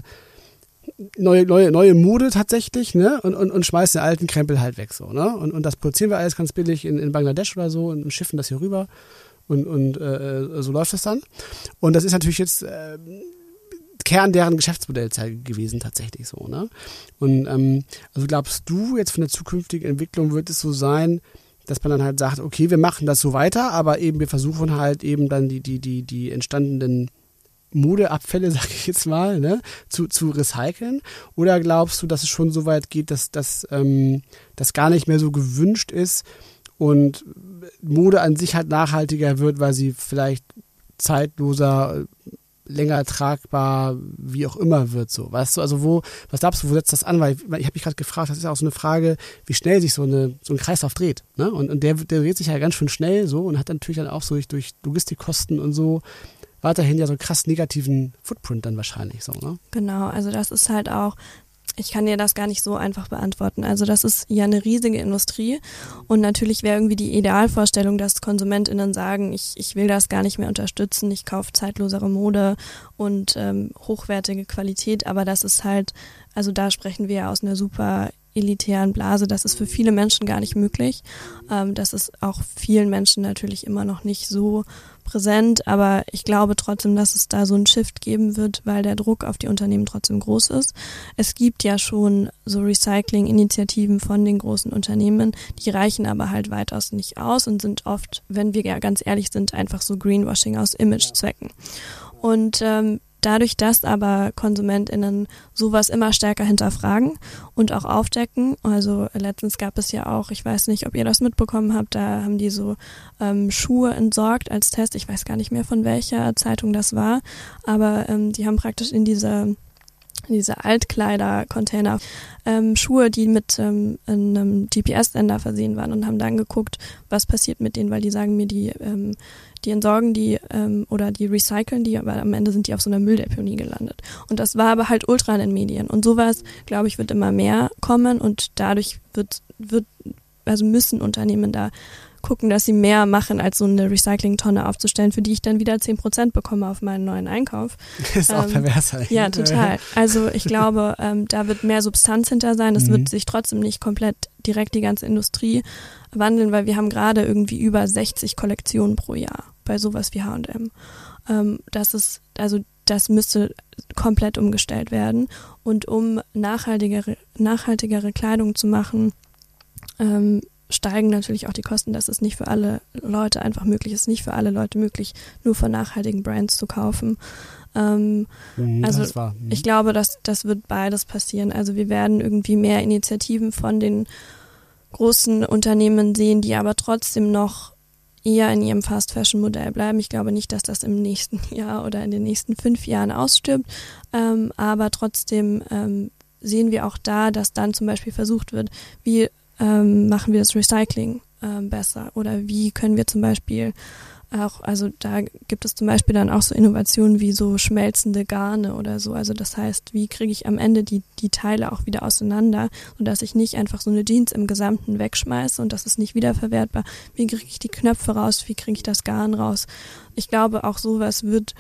neue, neue, neue Mode tatsächlich, ne? Und, und, und schmeißt den alten Krempel halt weg so, ne? Und, und das produzieren wir alles ganz billig in, in Bangladesch oder so und schiffen das hier rüber und, und äh, so läuft das dann. Und das ist natürlich jetzt äh, Kern deren Geschäftsmodells gewesen tatsächlich so, ne? Und ähm, also glaubst du jetzt von der zukünftigen Entwicklung wird es so sein, dass man dann halt sagt, okay, wir machen das so weiter, aber eben wir versuchen halt eben dann die die die die entstandenen Modeabfälle, sag ich jetzt mal, ne, zu zu recyceln? Oder glaubst du, dass es schon so weit geht, dass dass ähm, das gar nicht mehr so gewünscht ist und Mode an sich halt nachhaltiger wird, weil sie vielleicht zeitloser, länger tragbar, wie auch immer wird so, weißt du, also wo, was glaubst du, wo setzt das an, weil ich, ich habe mich gerade gefragt, das ist ja auch so eine Frage, wie schnell sich so eine so ein Kreislauf dreht, ne, und, und der, der dreht sich ja ganz schön schnell so und hat dann natürlich dann auch so durch, durch Logistikkosten und so weiterhin ja so einen krass negativen Footprint dann wahrscheinlich so, ne?
Genau, also das ist halt auch, ich kann dir das gar nicht so einfach beantworten. Also das ist ja eine riesige Industrie und natürlich wäre irgendwie die Idealvorstellung, dass KonsumentInnen sagen, ich, ich will das gar nicht mehr unterstützen, ich kaufe zeitlosere Mode und ähm, hochwertige Qualität, aber das ist halt, also da sprechen wir ja aus einer super elitären Blase, das ist für viele Menschen gar nicht möglich. Ähm, das ist auch vielen Menschen natürlich immer noch nicht so präsent, aber ich glaube trotzdem, dass es da so einen Shift geben wird, weil der Druck auf die Unternehmen trotzdem groß ist. Es gibt ja schon so Recycling-Initiativen von den großen Unternehmen, die reichen aber halt weitaus nicht aus und sind oft, wenn wir ja ganz ehrlich sind, einfach so Greenwashing aus Imagezwecken. Und ähm, dadurch, dass aber KonsumentInnen sowas immer stärker hinterfragen und auch aufdecken, also letztens gab es ja auch, ich weiß nicht, ob ihr das mitbekommen habt, da haben die so ähm, Schuhe entsorgt als Test, ich weiß gar nicht mehr von welcher Zeitung das war, aber ähm, die haben praktisch in diese diese Altkleider-Container, ähm, Schuhe, die mit ähm, einem G P S-Sender versehen waren und haben dann geguckt, was passiert mit denen, weil die sagen mir, die, ähm, die entsorgen die ähm, oder die recyceln die, aber am Ende sind die auf so einer Mülldeponie gelandet. Und das war aber halt ultra in den Medien. Und sowas, glaube ich, wird immer mehr kommen und dadurch wird, wird, also müssen Unternehmen da gucken, dass sie mehr machen, als so eine Recyclingtonne aufzustellen, für die ich dann wieder zehn Prozent bekomme auf meinen neuen Einkauf.
Das ist ähm, auch pervers eigentlich.
Ja, total. Also ich glaube, ähm, da wird mehr Substanz hinter sein. Es mhm. wird sich trotzdem nicht komplett direkt die ganze Industrie wandeln, weil wir haben gerade irgendwie über sechzig Kollektionen pro Jahr bei sowas wie H und M. Ähm, das ist, also das müsste komplett umgestellt werden. Und um nachhaltigere, nachhaltigere Kleidung zu machen, ähm, steigen natürlich auch die Kosten, dass es nicht für alle Leute einfach möglich ist, nicht für alle Leute möglich, nur von nachhaltigen Brands zu kaufen. Ähm, mhm, also mhm. ich glaube, dass das wird beides passieren. Also wir werden irgendwie mehr Initiativen von den großen Unternehmen sehen, die aber trotzdem noch eher in ihrem Fast-Fashion-Modell bleiben. Ich glaube nicht, dass das im nächsten Jahr oder in den nächsten fünf Jahren ausstirbt, ähm, aber trotzdem ähm, sehen wir auch da, dass dann zum Beispiel versucht wird, wie Ähm, machen wir das Recycling ähm, besser oder wie können wir zum Beispiel auch, also da gibt es zum Beispiel dann auch so Innovationen wie so schmelzende Garne oder so, also das heißt, wie kriege ich am Ende die, die Teile auch wieder auseinander, sodass ich nicht einfach so eine Jeans im Gesamten wegschmeiße und das ist nicht wiederverwertbar, wie kriege ich die Knöpfe raus, wie kriege ich das Garn raus. Ich glaube, auch sowas wird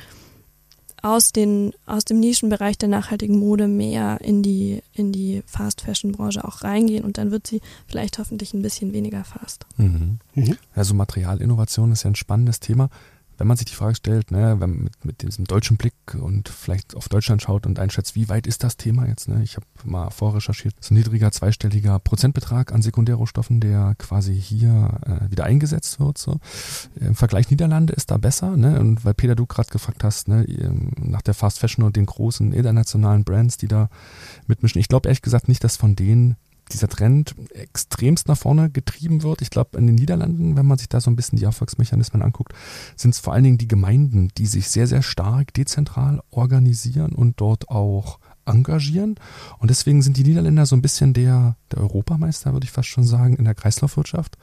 aus den aus dem Nischenbereich der nachhaltigen Mode mehr in die in die Fast-Fashion-Branche auch reingehen und dann wird sie vielleicht hoffentlich ein bisschen weniger fast.
Mhm. Mhm. Also Materialinnovation ist ja ein spannendes Thema. Wenn man sich die Frage stellt, ne, wenn man mit, mit diesem deutschen Blick und vielleicht auf Deutschland schaut und einschätzt, wie weit ist das Thema jetzt? Ne? Ich habe mal vorrecherchiert, so ein niedriger zweistelliger Prozentbetrag an Sekundärrohstoffen, der quasi hier äh, wieder eingesetzt wird. So. Im Vergleich Niederlande ist da besser, ne? Und weil Peter, du gerade gefragt hast, ne, nach der Fast Fashion und den großen internationalen Brands, die da mitmischen. Ich glaube ehrlich gesagt nicht, dass von denen dieser Trend extremst nach vorne getrieben wird. Ich glaube, in den Niederlanden, wenn man sich da so ein bisschen die Erfolgsmechanismen anguckt, sind es vor allen Dingen die Gemeinden, die sich sehr, sehr stark dezentral organisieren und dort auch engagieren. Und deswegen sind die Niederländer so ein bisschen der, der Europameister, würde ich fast schon sagen, in der Kreislaufwirtschaft.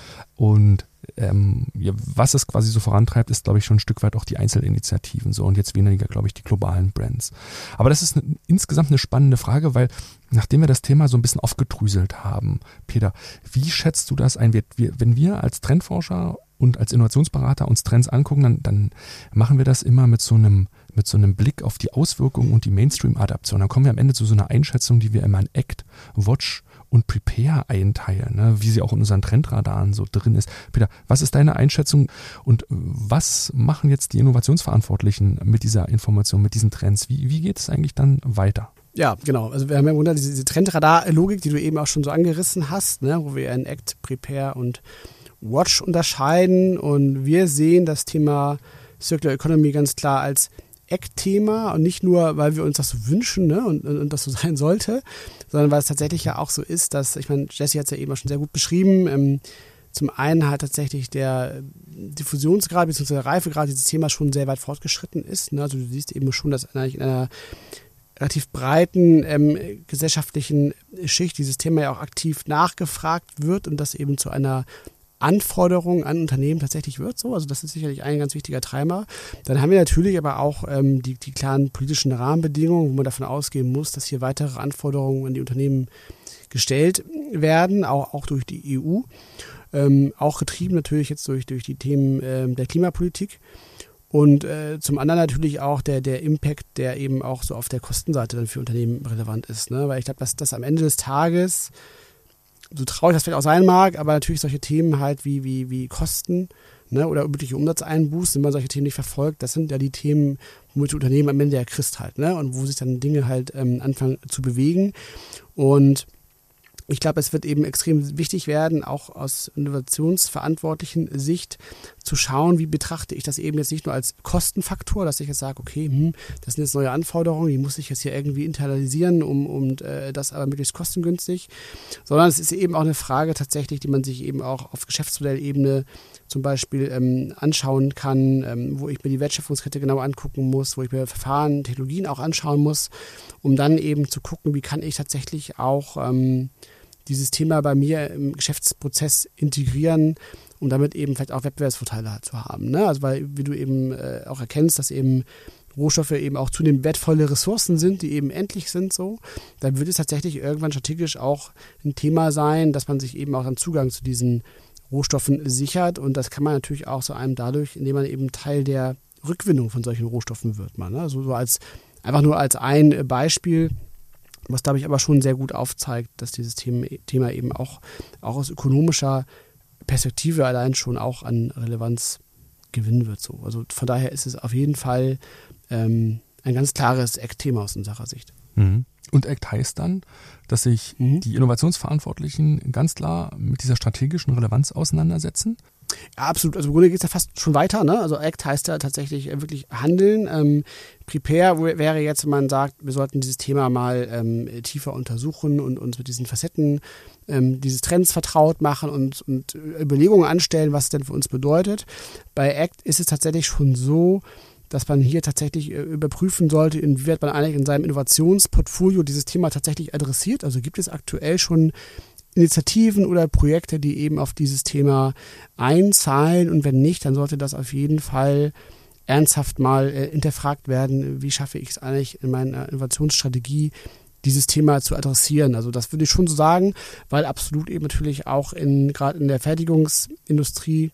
Und ähm, ja, was es quasi so vorantreibt, ist, glaube ich, schon ein Stück weit auch die Einzelinitiativen so und jetzt weniger, glaube ich, die globalen Brands. Aber das ist eine, insgesamt eine spannende Frage, weil nachdem wir das Thema so ein bisschen aufgedröselt haben, Peter, wie schätzt du das ein? Wir, wir, wenn wir als Trendforscher und als Innovationsberater uns Trends angucken, dann, dann machen wir das immer mit so einem mit so einem Blick auf die Auswirkungen und die Mainstream-Adaption. Dann kommen wir am Ende zu so einer Einschätzung, die wir immer in Act, Watch und Prepare einteilen, ne, wie sie auch in unseren Trendradaren so drin ist. Peter, was ist deine Einschätzung und was machen jetzt die Innovationsverantwortlichen mit dieser Information, mit diesen Trends? Wie, wie geht es eigentlich dann weiter?
Ja, genau. Also wir haben ja im Grunde diese, diese Trendradar-Logik, die du eben auch schon so angerissen hast, ne, wo wir in Act, Prepare und Watch unterscheiden und wir sehen das Thema Circular Economy ganz klar als Act-Thema und nicht nur, weil wir uns das so wünschen, ne, und, und, und das so sein sollte, sondern weil es tatsächlich ja auch so ist, dass, ich meine, Jessie hat es ja eben auch schon sehr gut beschrieben, ähm, zum einen halt tatsächlich der Diffusionsgrad bzw. der Reifegrad dieses Themas schon sehr weit fortgeschritten ist, ne, also du siehst eben schon, dass eigentlich in einer relativ breiten ähm, gesellschaftlichen Schicht dieses Thema ja auch aktiv nachgefragt wird und das eben zu einer Anforderungen an Unternehmen tatsächlich wird so. Also das ist sicherlich ein ganz wichtiger Treiber. Dann haben wir natürlich aber auch ähm, die, die klaren politischen Rahmenbedingungen, wo man davon ausgehen muss, dass hier weitere Anforderungen an die Unternehmen gestellt werden, auch, auch durch die E U. Ähm, auch getrieben natürlich jetzt durch, durch die Themen ähm, der Klimapolitik. Und äh, zum anderen natürlich auch der, der Impact, der eben auch so auf der Kostenseite dann für Unternehmen relevant ist. Ne? Weil ich glaube, dass das am Ende des Tages, so traurig das vielleicht auch sein mag, aber natürlich solche Themen halt wie, wie, wie Kosten, ne, oder mögliche Umsatzeinbußen, wenn man solche Themen nicht verfolgt, das sind ja die Themen, womit die Unternehmen am Ende ja Christ halt, ne, und wo sich dann Dinge halt ähm, anfangen zu bewegen. Und Ich glaube, es wird eben extrem wichtig werden, auch aus innovationsverantwortlichen Sicht zu schauen, wie betrachte ich das eben jetzt nicht nur als Kostenfaktor, dass ich jetzt sage, okay, hm, das sind jetzt neue Anforderungen, die muss ich jetzt hier irgendwie internalisieren, um, um äh, das aber möglichst kostengünstig, sondern es ist eben auch eine Frage tatsächlich, die man sich eben auch auf Geschäftsmodellebene zum Beispiel ähm, anschauen kann, ähm, wo ich mir die Wertschöpfungskette genau angucken muss, wo ich mir Verfahren, Technologien auch anschauen muss, um dann eben zu gucken, wie kann ich tatsächlich auch ähm, dieses Thema bei mir im Geschäftsprozess integrieren, um damit eben vielleicht auch Wettbewerbsvorteile zu haben. Ne? Also weil, wie du eben äh, auch erkennst, dass eben Rohstoffe eben auch zunehmend wertvolle Ressourcen sind, die eben endlich sind so, dann wird es tatsächlich irgendwann strategisch auch ein Thema sein, dass man sich eben auch dann Zugang zu diesen Rohstoffen sichert, und das kann man natürlich auch so einem dadurch, indem man eben Teil der Rückgewinnung von solchen Rohstoffen wird. Man, ne? Also so als einfach nur als ein Beispiel, was, glaube ich, aber schon sehr gut aufzeigt, dass dieses Thema, Thema eben auch, auch aus ökonomischer Perspektive allein schon auch an Relevanz gewinnen wird. So. Also von daher ist es auf jeden Fall ähm, ein ganz klares Act-Thema aus unserer Sicht.
Mhm. Und Act heißt dann, dass sich mhm. die Innovationsverantwortlichen ganz klar mit dieser strategischen Relevanz auseinandersetzen?
Ja, absolut. Also im Grunde geht es ja fast schon weiter. Ne? Also Act heißt ja tatsächlich wirklich handeln. Ähm, Prepare wäre jetzt, wenn man sagt, wir sollten dieses Thema mal ähm, tiefer untersuchen und uns mit diesen Facetten ähm, dieses Trends vertraut machen und, und Überlegungen anstellen, was es denn für uns bedeutet. Bei Act ist es tatsächlich schon so, dass man hier tatsächlich äh, überprüfen sollte, inwieweit man eigentlich in seinem Innovationsportfolio dieses Thema tatsächlich adressiert. Also gibt es aktuell schon Initiativen oder Projekte, die eben auf dieses Thema einzahlen, und wenn nicht, dann sollte das auf jeden Fall ernsthaft mal äh, hinterfragt werden, wie schaffe ich es eigentlich in meiner Innovationsstrategie, dieses Thema zu adressieren. Also das würde ich schon so sagen, weil absolut eben natürlich auch in gerade in der Fertigungsindustrie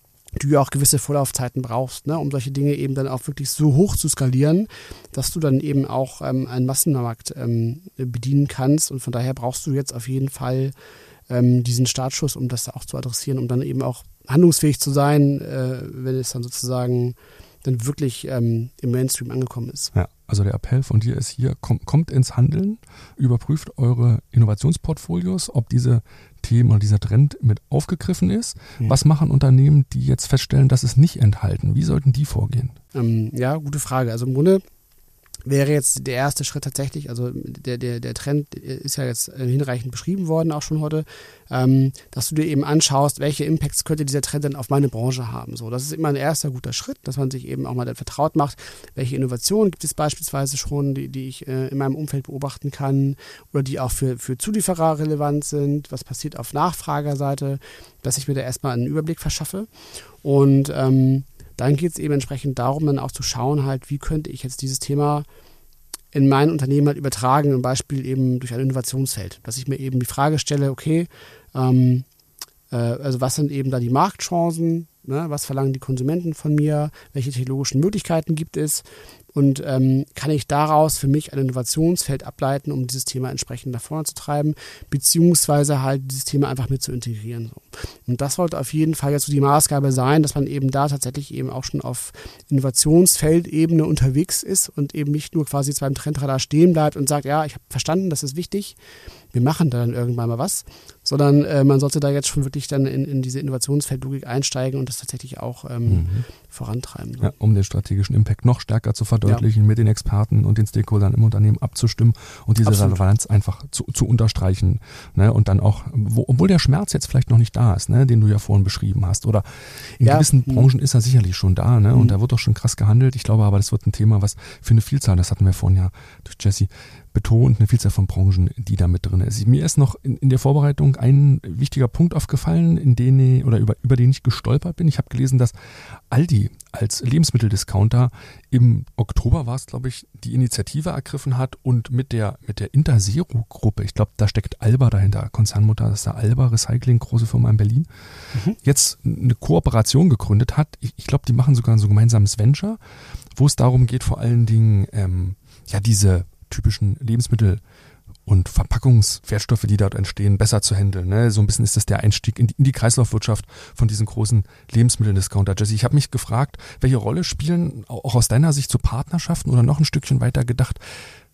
du ja auch gewisse Vorlaufzeiten brauchst, ne, um solche Dinge eben dann auch wirklich so hoch zu skalieren, dass du dann eben auch ähm, einen Massenmarkt ähm, bedienen kannst, und von daher brauchst du jetzt auf jeden Fall ähm, diesen Startschuss, um das auch zu adressieren, um dann eben auch handlungsfähig zu sein, äh, wenn es dann sozusagen dann wirklich ähm, im Mainstream angekommen ist.
Ja, also der Appell von dir ist hier, komm, kommt ins Handeln, überprüft eure Innovationsportfolios, ob diese Themen oder dieser Trend mit aufgegriffen ist. Mhm. Was machen Unternehmen, die jetzt feststellen, dass es nicht enthalten? Wie sollten die vorgehen?
Ähm, ja, gute Frage. Also im Grunde wäre jetzt der erste Schritt tatsächlich, also der, der, der Trend ist ja jetzt hinreichend beschrieben worden, auch schon heute, ähm, dass du dir eben anschaust, welche Impacts könnte dieser Trend denn auf meine Branche haben. So, das ist immer ein erster guter Schritt, dass man sich eben auch mal dann vertraut macht, welche Innovationen gibt es beispielsweise schon, die, die ich äh, in meinem Umfeld beobachten kann oder die auch für, für Zulieferer relevant sind, was passiert auf Nachfragerseite, dass ich mir da erstmal einen Überblick verschaffe. Und ähm, dann geht es eben entsprechend darum, dann auch zu schauen, halt, wie könnte ich jetzt dieses Thema in mein Unternehmen halt übertragen, zum Beispiel eben durch ein Innovationsfeld. Dass ich mir eben die Frage stelle, okay, ähm, äh, also was sind eben da die Marktchancen, ne? Was verlangen die Konsumenten von mir, welche technologischen Möglichkeiten gibt es, und ähm, kann ich daraus für mich ein Innovationsfeld ableiten, um dieses Thema entsprechend nach vorne zu treiben, beziehungsweise halt dieses Thema einfach mit zu integrieren. So. Und das sollte auf jeden Fall jetzt so die Maßgabe sein, dass man eben da tatsächlich eben auch schon auf Innovationsfeldebene unterwegs ist und eben nicht nur quasi jetzt beim Trendradar stehen bleibt und sagt, ja, ich habe verstanden, das ist wichtig, wir machen da dann irgendwann mal was, sondern äh, man sollte da jetzt schon wirklich dann in, in diese Innovationsfeldlogik einsteigen und das tatsächlich auch ähm, mhm. vorantreiben. So.
Ja, um den strategischen Impact noch stärker zu verdeutlichen, ja. mit den Experten und den Stakeholdern im Unternehmen abzustimmen und diese Absolut. Relevanz einfach zu, zu unterstreichen. Ne? Und dann auch, wo, obwohl der Schmerz jetzt vielleicht noch nicht da ist, ne? Den du ja vorhin beschrieben hast, oder in ja. gewissen mhm. Branchen ist er sicherlich schon da, ne? Und mhm. da wird doch schon krass gehandelt. Ich glaube aber, das wird ein Thema, was für eine Vielzahl, das hatten wir vorhin ja durch Jessie betont, eine Vielzahl von Branchen, die da mit drin ist. Mir ist noch in, in der Vorbereitung ein wichtiger Punkt aufgefallen, in den, oder über, über den ich gestolpert bin. Ich habe gelesen, dass Aldi als Lebensmitteldiscounter im Oktober war es, glaube ich, die Initiative ergriffen hat und mit der mit der Interzero-Gruppe, ich glaube, da steckt Alba dahinter, Konzernmutter, das ist der Alba Recycling, große Firma in Berlin, mhm. jetzt eine Kooperation gegründet hat. Ich, ich glaube, die machen sogar so ein gemeinsames Venture, wo es darum geht, vor allen Dingen ähm, ja diese typischen Lebensmittel und Verpackungswertstoffe, die dort entstehen, besser zu handeln. Ne? So ein bisschen ist das der Einstieg in die, in die Kreislaufwirtschaft von diesen großen Lebensmitteldiscounter. Jesse, ich habe mich gefragt, welche Rolle spielen auch aus deiner Sicht so Partnerschaften oder noch ein Stückchen weiter gedacht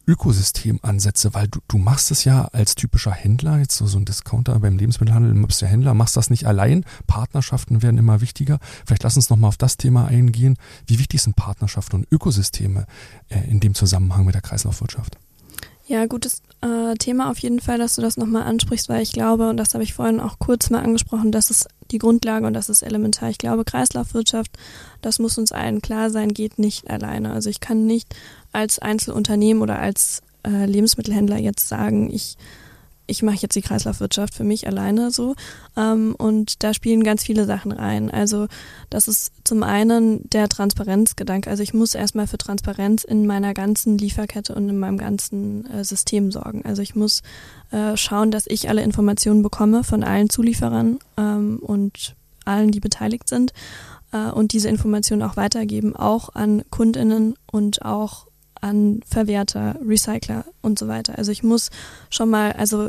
Ökosystemansätze, weil du, du machst es ja als typischer Händler, jetzt so, so ein Discounter beim Lebensmittelhandel, du bist ja Händler, machst das nicht allein. Partnerschaften werden immer wichtiger. Vielleicht lass uns nochmal auf das Thema eingehen. Wie wichtig sind Partnerschaften und Ökosysteme äh, in dem Zusammenhang mit der Kreislaufwirtschaft?
Ja, gutes äh, Thema auf jeden Fall, dass du das nochmal ansprichst, weil ich glaube, und das habe ich vorhin auch kurz mal angesprochen, das ist die Grundlage und das ist elementar. Ich glaube, Kreislaufwirtschaft, das muss uns allen klar sein, geht nicht alleine. Also ich kann nicht als Einzelunternehmen oder als äh, Lebensmittelhändler jetzt sagen, ich ich mache jetzt die Kreislaufwirtschaft für mich alleine so. Ähm, und da spielen ganz viele Sachen rein. Also das ist zum einen der Transparenzgedanke. Also ich muss erstmal für Transparenz in meiner ganzen Lieferkette und in meinem ganzen äh, System sorgen. Also ich muss äh, schauen, dass ich alle Informationen bekomme von allen Zulieferern ähm, und allen, die beteiligt sind. Äh, und diese Informationen auch weitergeben, auch an KundInnen und auch an Verwerter, Recycler und so weiter. Also ich muss schon mal, also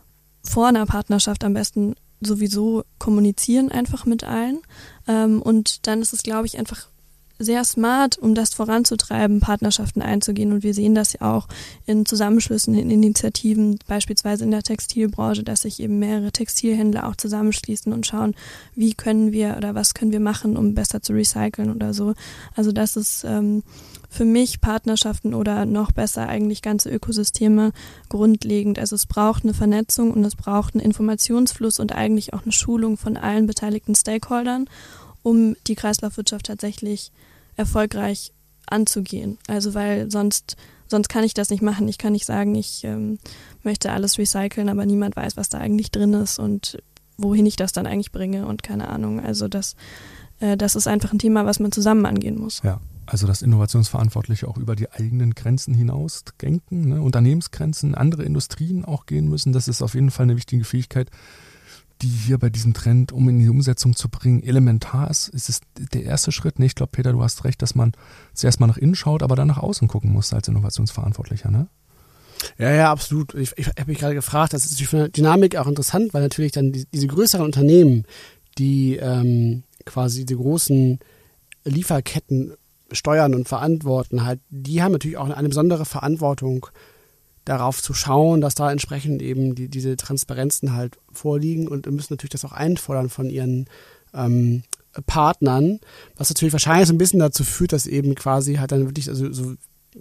vor einer Partnerschaft am besten sowieso kommunizieren einfach mit allen. Ähm, und dann ist es, glaube ich, einfach sehr smart, um das voranzutreiben, Partnerschaften einzugehen. Und wir sehen das ja auch in Zusammenschlüssen, in Initiativen, beispielsweise in der Textilbranche, dass sich eben mehrere Textilhändler auch zusammenschließen und schauen, wie können wir oder was können wir machen, um besser zu recyceln oder so. Also das ist ähm, für mich Partnerschaften oder noch besser eigentlich ganze Ökosysteme grundlegend. Also es braucht eine Vernetzung und es braucht einen Informationsfluss und eigentlich auch eine Schulung von allen beteiligten Stakeholdern, um die Kreislaufwirtschaft tatsächlich erfolgreich anzugehen. Also weil sonst, sonst kann ich das nicht machen. Ich kann nicht sagen, ich ähm, möchte alles recyceln, aber niemand weiß, was da eigentlich drin ist und wohin ich das dann eigentlich bringe und keine Ahnung. Also das, äh, das ist einfach ein Thema, was man zusammen angehen muss.
Ja. Also dass Innovationsverantwortliche auch über die eigenen Grenzen hinaus denken, ne? Unternehmensgrenzen, andere Industrien auch gehen müssen. Das ist auf jeden Fall eine wichtige Fähigkeit, die hier bei diesem Trend, um in die Umsetzung zu bringen, elementar ist. Es ist der erste Schritt. Ne? Ich glaube, Peter, du hast recht, dass man zuerst mal nach innen schaut, aber dann nach außen gucken muss als Innovationsverantwortlicher, ne?
Ja, ja, absolut. Ich, ich habe mich gerade gefragt, das ist natürlich für eine Dynamik auch interessant, weil natürlich dann die, diese größeren Unternehmen, die ähm, quasi die großen Lieferketten steuern und verantworten, halt, die haben natürlich auch eine besondere Verantwortung darauf zu schauen, dass da entsprechend eben die, diese Transparenzen halt vorliegen und müssen natürlich das auch einfordern von ihren ähm, Partnern, was natürlich wahrscheinlich so ein bisschen dazu führt, dass eben quasi halt dann wirklich also so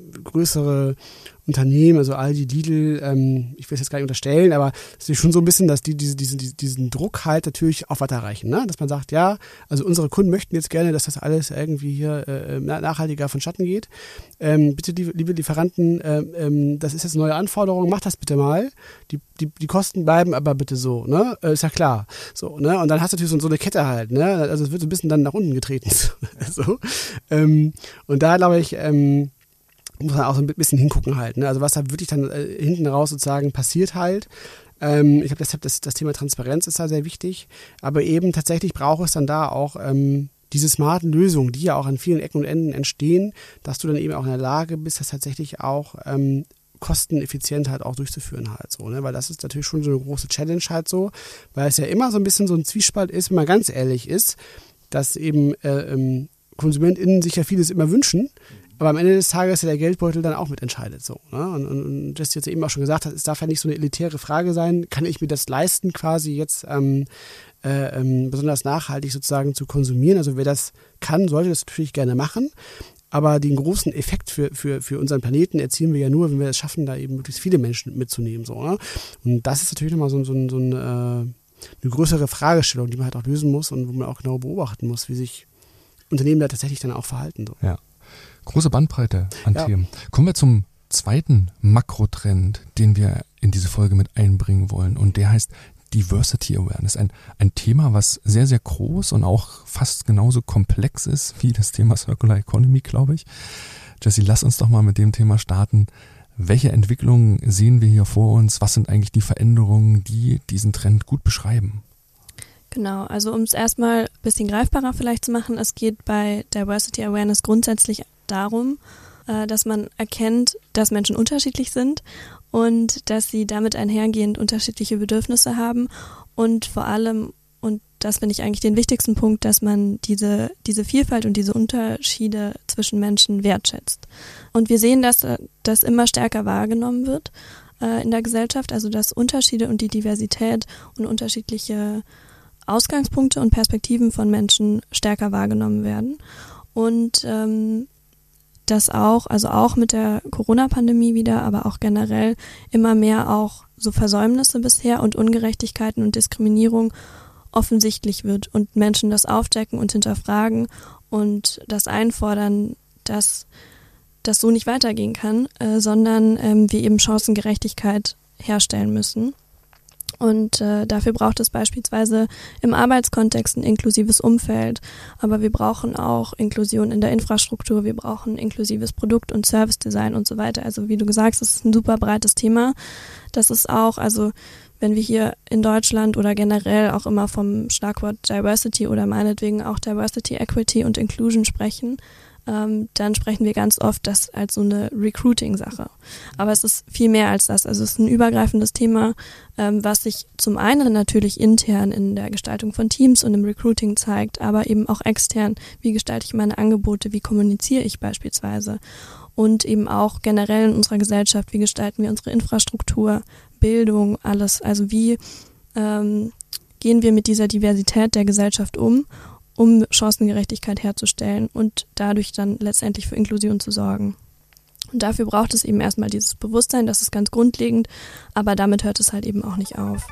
größere Unternehmen, also Aldi, Lidl, ähm, ich will es jetzt gar nicht unterstellen, aber es ist schon so ein bisschen, dass die diese, diesen, diesen Druck halt natürlich auch weiterreichen, ne? Dass man sagt, ja, also unsere Kunden möchten jetzt gerne, dass das alles irgendwie hier äh, nachhaltiger vonstatten geht. Ähm, bitte, liebe, liebe Lieferanten, äh, ähm, das ist jetzt eine neue Anforderung, macht das bitte mal. Die, die, die Kosten bleiben aber bitte so, ne? Äh, ist ja klar. So, ne? Und dann hast du natürlich so, so eine Kette halt, ne? Also es wird so ein bisschen dann nach unten getreten. so. ähm, und da glaube ich, ähm, muss man auch so ein bisschen hingucken halt, ne? Also was da wirklich dann äh, hinten raus sozusagen passiert halt. Ähm, ich glaube, deshalb das, das Thema Transparenz ist da sehr wichtig, aber eben tatsächlich braucht es dann da auch ähm, diese smarten Lösungen, die ja auch an vielen Ecken und Enden entstehen, dass du dann eben auch in der Lage bist, das tatsächlich auch ähm, kosteneffizient halt auch durchzuführen halt so, ne? Weil das ist natürlich schon so eine große Challenge halt so, weil es ja immer so ein bisschen so ein Zwiespalt ist, wenn man ganz ehrlich ist, dass eben äh, ähm, KonsumentInnen sich ja vieles immer wünschen, aber am Ende des Tages ja der Geldbeutel dann auch mitentscheidet. So, ne? Und, und, und Jesse jetzt eben auch schon gesagt hat, es darf ja nicht so eine elitäre Frage sein, kann ich mir das leisten, quasi jetzt ähm, äh, ähm, besonders nachhaltig sozusagen zu konsumieren. Also wer das kann, sollte das natürlich gerne machen. Aber den großen Effekt für, für, für unseren Planeten erzielen wir ja nur, wenn wir es schaffen, da eben möglichst viele Menschen mitzunehmen. So, ne? Und das ist natürlich nochmal so, so, so ein, äh, eine größere Fragestellung, die man halt auch lösen muss und wo man auch genau beobachten muss, wie sich Unternehmen da tatsächlich dann auch verhalten. So.
Ja. Große Bandbreite an
ja.
Themen. Kommen wir zum zweiten Makrotrend, den wir in diese Folge mit einbringen wollen. Und der heißt Diversity Awareness. Ein, ein Thema, was sehr, sehr groß und auch fast genauso komplex ist wie das Thema Circular Economy, glaube ich. Jesse, lass uns doch mal mit dem Thema starten. Welche Entwicklungen sehen wir hier vor uns? Was sind eigentlich die Veränderungen, die diesen Trend gut beschreiben?
Genau, also um es erstmal ein bisschen greifbarer vielleicht zu machen, es geht bei Diversity Awareness grundsätzlich darum, äh, dass man erkennt, dass Menschen unterschiedlich sind und dass sie damit einhergehend unterschiedliche Bedürfnisse haben und vor allem, und das finde ich eigentlich den wichtigsten Punkt, dass man diese, diese Vielfalt und diese Unterschiede zwischen Menschen wertschätzt. Und wir sehen, dass das immer stärker wahrgenommen wird äh, in der Gesellschaft, also dass Unterschiede und die Diversität und unterschiedliche Ausgangspunkte und Perspektiven von Menschen stärker wahrgenommen werden. Und ähm, dass auch, also auch mit der Corona-Pandemie wieder, aber auch generell immer mehr auch so Versäumnisse bisher und Ungerechtigkeiten und Diskriminierung offensichtlich wird und Menschen das aufdecken und hinterfragen und das einfordern, dass das so nicht weitergehen kann, äh, sondern ähm, wir eben Chancengerechtigkeit herstellen müssen. Und äh, dafür braucht es beispielsweise im Arbeitskontext ein inklusives Umfeld. Aber wir brauchen auch Inklusion in der Infrastruktur, wir brauchen inklusives Produkt- und Service-Design und so weiter. Also wie du gesagt hast, das ist ein super breites Thema. Das ist auch, also wenn wir hier in Deutschland oder generell auch immer vom Schlagwort Diversity oder meinetwegen auch Diversity, Equity und Inclusion sprechen, Ähm, dann sprechen wir ganz oft das als so eine Recruiting-Sache. Aber es ist viel mehr als das. Also es ist ein übergreifendes Thema, ähm, was sich zum einen natürlich intern in der Gestaltung von Teams und im Recruiting zeigt, aber eben auch extern. Wie gestalte ich meine Angebote? Wie kommuniziere ich beispielsweise? Und eben auch generell in unserer Gesellschaft, wie gestalten wir unsere Infrastruktur, Bildung, alles. Also wie ähm, gehen wir mit dieser Diversität der Gesellschaft um, um Chancengerechtigkeit herzustellen und dadurch dann letztendlich für Inklusion zu sorgen. Und dafür braucht es eben erstmal dieses Bewusstsein, das ist ganz grundlegend, aber damit hört es halt eben auch nicht auf.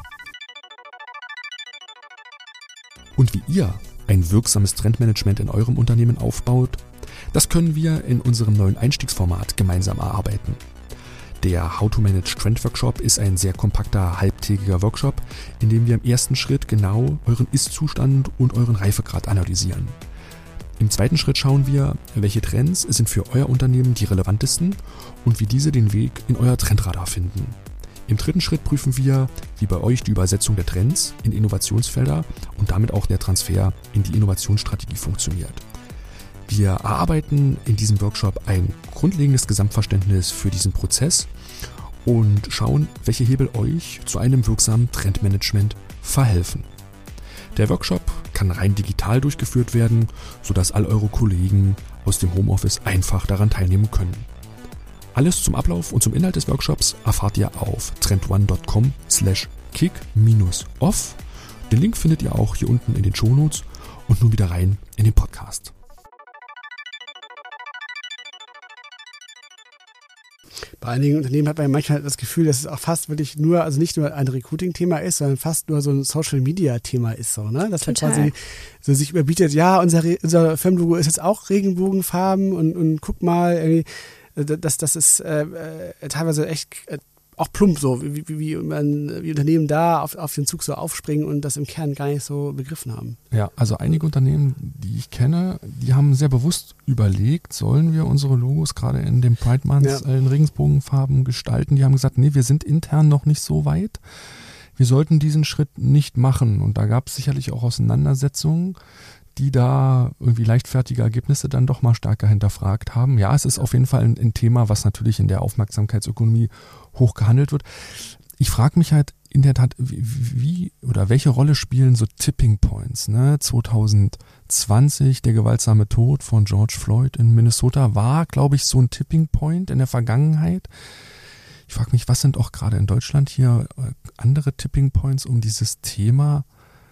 Und wie ihr ein wirksames Trendmanagement in eurem Unternehmen aufbaut, das können wir in unserem neuen Einstiegsformat gemeinsam erarbeiten. Der How to Manage Trend Workshop ist ein sehr kompakter, halbtägiger Workshop, in dem wir im ersten Schritt genau euren Ist-Zustand und euren Reifegrad analysieren. Im zweiten Schritt schauen wir, welche Trends sind für euer Unternehmen die relevantesten und wie diese den Weg in euer Trendradar finden. Im dritten Schritt prüfen wir, wie bei euch die Übersetzung der Trends in Innovationsfelder und damit auch der Transfer in die Innovationsstrategie funktioniert. Wir erarbeiten in diesem Workshop ein grundlegendes Gesamtverständnis für diesen Prozess und schauen, welche Hebel euch zu einem wirksamen Trendmanagement verhelfen. Der Workshop kann rein digital durchgeführt werden, sodass all eure Kollegen aus dem Homeoffice einfach daran teilnehmen können. Alles zum Ablauf und zum Inhalt des Workshops erfahrt ihr auf trendone punkt com slash kick off. Den Link findet ihr auch hier unten in den Shownotes und nun wieder rein in den Podcast.
Bei einigen Unternehmen hat man manchmal das Gefühl, dass es auch fast wirklich nur, also nicht nur ein Recruiting-Thema ist, sondern fast nur so ein Social-Media-Thema ist, so, ne? Dass halt quasi so sich überbietet, ja, unser, Re- unser Firmenlogo ist jetzt auch Regenbogenfarben und, und guck mal, irgendwie, das, das ist äh, äh, teilweise echt äh, auch plump so, wie, wie, wie, man, wie Unternehmen da auf, auf den Zug so aufspringen und das im Kern gar nicht so begriffen haben.
Ja, also einige Unternehmen, die ich kenne, die haben sehr bewusst überlegt, sollen wir unsere Logos gerade in den Pride Month ja. in Regenbogenfarben gestalten. Die haben gesagt, nee, wir sind intern noch nicht so weit. Wir sollten diesen Schritt nicht machen. Und da gab es sicherlich auch Auseinandersetzungen, die da irgendwie leichtfertige Ergebnisse dann doch mal stärker hinterfragt haben. Ja, es ist auf jeden Fall ein, ein Thema, was natürlich in der Aufmerksamkeitsökonomie hoch gehandelt wird. Ich frage mich halt in der Tat, wie, wie oder welche Rolle spielen so Tipping Points? Ne? zwanzig zwanzig, der gewaltsame Tod von George Floyd in Minnesota war, glaube ich, so ein Tipping Point in der Vergangenheit. Ich frage mich, was sind auch gerade in Deutschland hier andere Tipping Points, um dieses Thema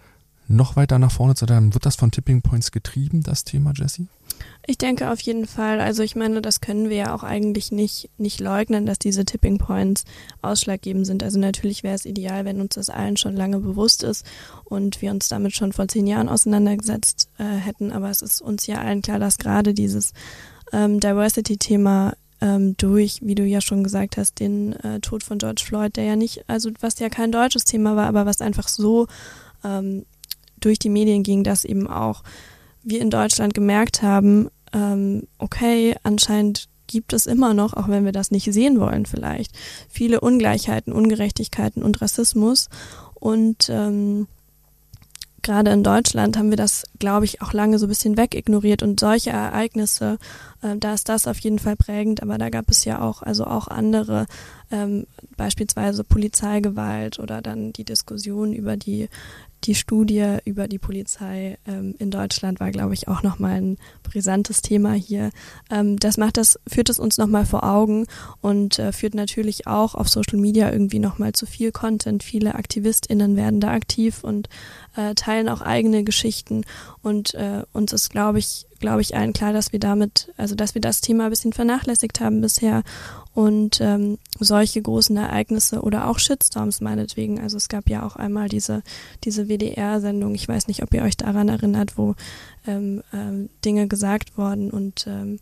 noch weiter nach vorne zu treiben? Wird das von Tipping Points getrieben, das Thema, Jessie?
Ich denke auf jeden Fall. Also ich meine, das können wir ja auch eigentlich nicht, nicht leugnen, dass diese Tipping Points ausschlaggebend sind. Also natürlich wäre es ideal, wenn uns das allen schon lange bewusst ist und wir uns damit schon vor zehn Jahren auseinandergesetzt äh, hätten. Aber es ist uns ja allen klar, dass gerade dieses ähm, Diversity-Thema ähm, durch, wie du ja schon gesagt hast, den äh, Tod von George Floyd, der ja nicht, also was ja kein deutsches Thema war, aber was einfach so ähm, durch die Medien ging, dass eben auch wir in Deutschland gemerkt haben, ähm, okay, anscheinend gibt es immer noch, auch wenn wir das nicht sehen wollen vielleicht, viele Ungleichheiten, Ungerechtigkeiten und Rassismus. Und ähm, gerade in Deutschland haben wir das, glaube ich, auch lange so ein bisschen wegignoriert. Und solche Ereignisse, äh, da ist das auf jeden Fall prägend. Aber da gab es ja auch, also auch andere, ähm, beispielsweise Polizeigewalt oder dann die Diskussion über die die Studie über die Polizei ähm, in Deutschland war, glaube ich, auch nochmal ein brisantes Thema hier. Ähm, das macht das, führt es uns nochmal vor Augen und äh, führt natürlich auch auf Social Media irgendwie nochmal zu viel Content. Viele AktivistInnen werden da aktiv und äh, teilen auch eigene Geschichten und äh, uns ist, glaube ich, glaube ich, allen klar, dass wir damit, also dass wir das Thema ein bisschen vernachlässigt haben bisher und ähm, solche großen Ereignisse oder auch Shitstorms meinetwegen. Also es gab ja auch einmal diese diese W D R-Sendung, ich weiß nicht, ob ihr euch daran erinnert, wo ähm, ähm, Dinge gesagt wurden und ähm,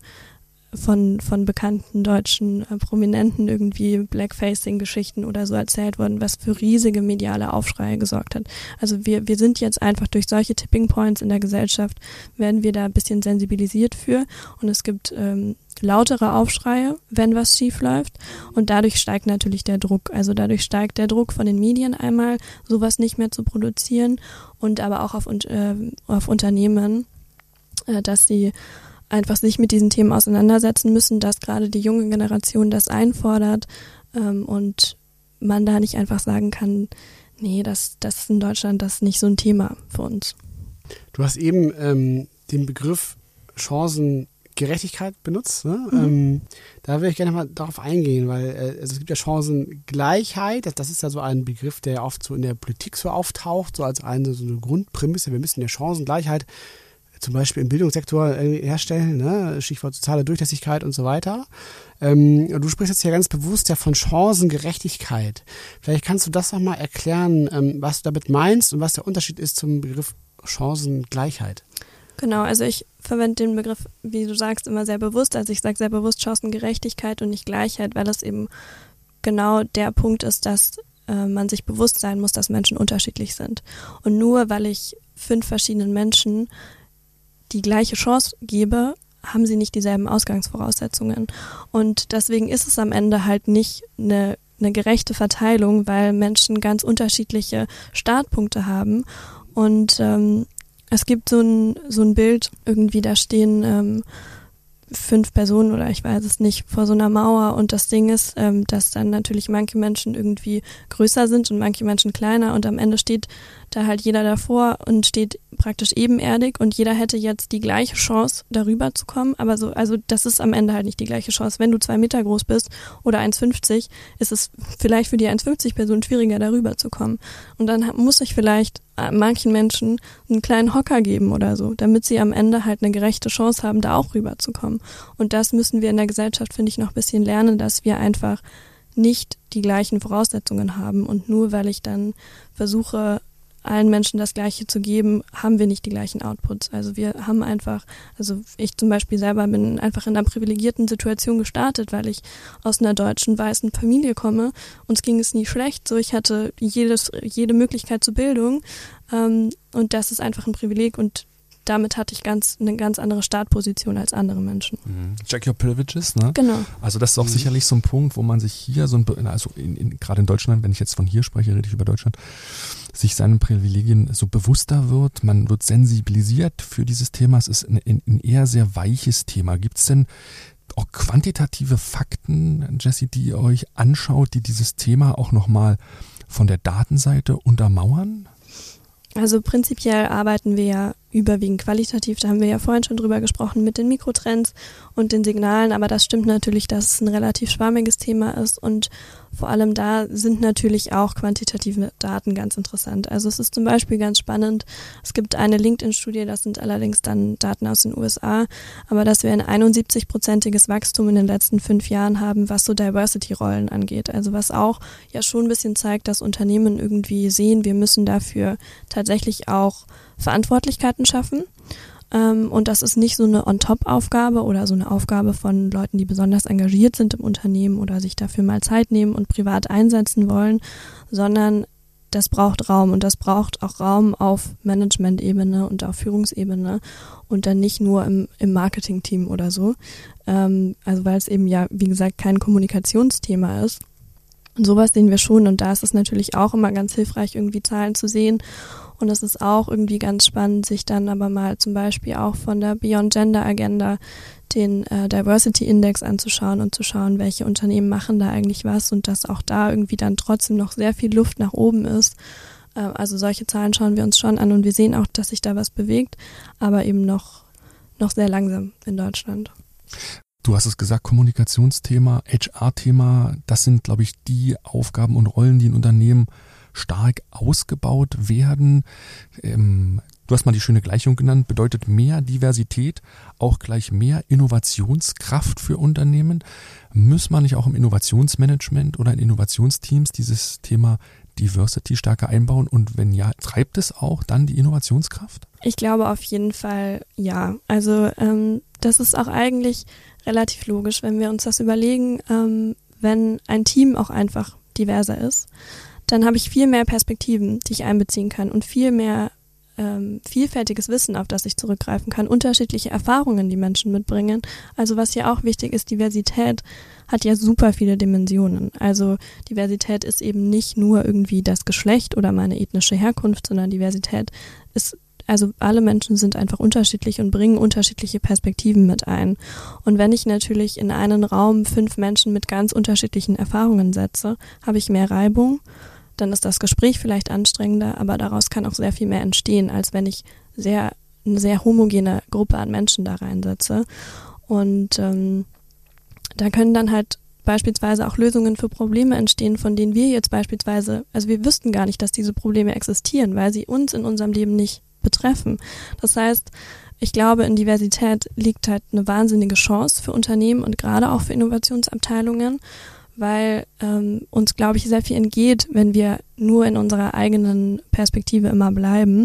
von von bekannten deutschen äh, Prominenten irgendwie Blackfacing-Geschichten oder so erzählt wurden, was für riesige mediale Aufschreie gesorgt hat. Also wir wir sind jetzt einfach durch solche Tipping Points in der Gesellschaft, werden wir da ein bisschen sensibilisiert für und es gibt ähm, lautere Aufschreie, wenn was schief läuft und dadurch steigt natürlich der Druck. Also dadurch steigt der Druck von den Medien einmal, sowas nicht mehr zu produzieren und aber auch auf, äh, auf Unternehmen, äh, dass sie einfach sich mit diesen Themen auseinandersetzen müssen, dass gerade die junge Generation das einfordert ähm, und man da nicht einfach sagen kann, nee, das, das ist in Deutschland das ist nicht so ein Thema für uns.
Du hast eben ähm, den Begriff Chancengerechtigkeit benutzt. Ne? Mhm. Ähm, da würde ich gerne mal darauf eingehen, weil äh, also es gibt ja Chancengleichheit, das, das ist ja so ein Begriff, der oft so in der Politik so auftaucht, so als eine, so eine Grundprämisse, wir müssen ja Chancengleichheit zum Beispiel im Bildungssektor äh, herstellen, ne? Stichwort soziale Durchlässigkeit und so weiter. Ähm, du sprichst jetzt ja ganz bewusst ja von Chancengerechtigkeit. Vielleicht kannst du das nochmal erklären, ähm, was du damit meinst und was der Unterschied ist zum Begriff Chancengleichheit.
Genau, also ich verwende den Begriff, wie du sagst, immer sehr bewusst. Also ich sage sehr bewusst Chancengerechtigkeit und nicht Gleichheit, weil das eben genau der Punkt ist, dass äh, man sich bewusst sein muss, dass Menschen unterschiedlich sind. Und nur weil ich fünf verschiedenen Menschen die gleiche Chance gebe, haben sie nicht dieselben Ausgangsvoraussetzungen. Und deswegen ist es am Ende halt nicht eine, eine gerechte Verteilung, weil Menschen ganz unterschiedliche Startpunkte haben. Und ähm, es gibt so ein, so ein Bild, irgendwie da stehen ähm, fünf Personen oder ich weiß es nicht, vor so einer Mauer und das Ding ist, ähm, dass dann natürlich manche Menschen irgendwie größer sind und manche Menschen kleiner und am Ende steht da halt jeder davor und steht praktisch ebenerdig und jeder hätte jetzt die gleiche Chance, darüber zu kommen, aber so, also das ist am Ende halt nicht die gleiche Chance. Wenn du zwei Meter groß bist oder eins fünfzig, ist es vielleicht für die eins fünfzig Person schwieriger, darüber zu kommen. Und dann muss ich vielleicht manchen Menschen einen kleinen Hocker geben oder so, damit sie am Ende halt eine gerechte Chance haben, da auch rüberzukommen. Und das müssen wir in der Gesellschaft, finde ich, noch ein bisschen lernen, dass wir einfach nicht die gleichen Voraussetzungen haben. Und nur weil ich dann versuche, allen Menschen das Gleiche zu geben, haben wir nicht die gleichen Outputs. Also wir haben einfach, also ich zum Beispiel selber bin einfach in einer privilegierten Situation gestartet, weil ich aus einer deutschen weißen Familie komme. Uns ging es nie schlecht, so ich hatte jedes, jede Möglichkeit zur Bildung ähm, und das ist einfach ein Privileg und damit hatte ich ganz eine ganz andere Startposition als andere Menschen.
Mhm. Check your privileges, ne?
Genau.
Also das ist auch mhm. sicherlich so ein Punkt, wo man sich hier so ein, also in, in, gerade in Deutschland, wenn ich jetzt von hier spreche, rede ich über Deutschland, sich seinen Privilegien so bewusster wird, man wird sensibilisiert für dieses Thema. Es ist ein, ein eher sehr weiches Thema. Gibt es denn auch quantitative Fakten, Jessie, die ihr euch anschaut, die dieses Thema auch nochmal von der Datenseite untermauern?
Also prinzipiell arbeiten wir ja überwiegend qualitativ, da haben wir ja vorhin schon drüber gesprochen, mit den Mikrotrends und den Signalen, aber das stimmt natürlich, dass es ein relativ schwammiges Thema ist und vor allem da sind natürlich auch quantitative Daten ganz interessant. Also es ist zum Beispiel ganz spannend, es gibt eine LinkedIn-Studie, das sind allerdings dann Daten aus den U S A, aber dass wir ein einundsiebzig-prozentiges Wachstum in den letzten fünf Jahren haben, was so Diversity-Rollen angeht. Also was auch ja schon ein bisschen zeigt, dass Unternehmen irgendwie sehen, wir müssen dafür tatsächlich auch Verantwortlichkeiten schaffen. Ähm, und das ist nicht so eine On-Top-Aufgabe oder so eine Aufgabe von Leuten, die besonders engagiert sind im Unternehmen oder sich dafür mal Zeit nehmen und privat einsetzen wollen, sondern das braucht Raum und das braucht auch Raum auf Management-Ebene und auf Führungsebene und dann nicht nur im, im Marketing-Team oder so. Ähm, also weil es eben ja, wie gesagt, kein Kommunikationsthema ist. Und sowas sehen wir schon und da ist es natürlich auch immer ganz hilfreich, irgendwie Zahlen zu sehen. Und es ist auch irgendwie ganz spannend, sich dann aber mal zum Beispiel auch von der Beyond Gender Agenda den äh, Diversity Index anzuschauen und zu schauen, welche Unternehmen machen da eigentlich was und dass auch da irgendwie dann trotzdem noch sehr viel Luft nach oben ist. Äh, also solche Zahlen schauen wir uns schon an und wir sehen auch, dass sich da was bewegt, aber eben noch, noch sehr langsam in Deutschland.
Du hast es gesagt, Kommunikationsthema, H R-Thema, das sind, glaube ich, die Aufgaben und Rollen, die in Unternehmen stark ausgebaut werden. Ähm, du hast mal die schöne Gleichung genannt, bedeutet mehr Diversität auch gleich mehr Innovationskraft für Unternehmen. Muss man nicht auch im Innovationsmanagement oder in Innovationsteams dieses Thema Diversity stärker einbauen? Und wenn ja, treibt es auch dann die Innovationskraft?
Ich glaube auf jeden Fall ja. Also ähm, das ist auch eigentlich relativ logisch, wenn wir uns das überlegen, ähm, wenn ein Team auch einfach diverser ist, dann habe ich viel mehr Perspektiven, die ich einbeziehen kann und viel mehr ähm, vielfältiges Wissen, auf das ich zurückgreifen kann, unterschiedliche Erfahrungen, die Menschen mitbringen. Also was hier auch wichtig ist, Diversität hat ja super viele Dimensionen. Also Diversität ist eben nicht nur irgendwie das Geschlecht oder meine ethnische Herkunft, sondern Diversität ist, also alle Menschen sind einfach unterschiedlich und bringen unterschiedliche Perspektiven mit ein. Und wenn ich natürlich in einen Raum fünf Menschen mit ganz unterschiedlichen Erfahrungen setze, habe ich mehr Reibung. Dann ist das Gespräch vielleicht anstrengender, aber daraus kann auch sehr viel mehr entstehen, als wenn ich sehr eine sehr homogene Gruppe an Menschen da reinsetze. Und ähm, da können dann halt beispielsweise auch Lösungen für Probleme entstehen, von denen wir jetzt beispielsweise, also wir wüssten gar nicht, dass diese Probleme existieren, weil sie uns in unserem Leben nicht betreffen. Das heißt, ich glaube, in Diversität liegt halt eine wahnsinnige Chance für Unternehmen und gerade auch für Innovationsabteilungen, weil ähm, uns, glaube ich, sehr viel entgeht, wenn wir nur in unserer eigenen Perspektive immer bleiben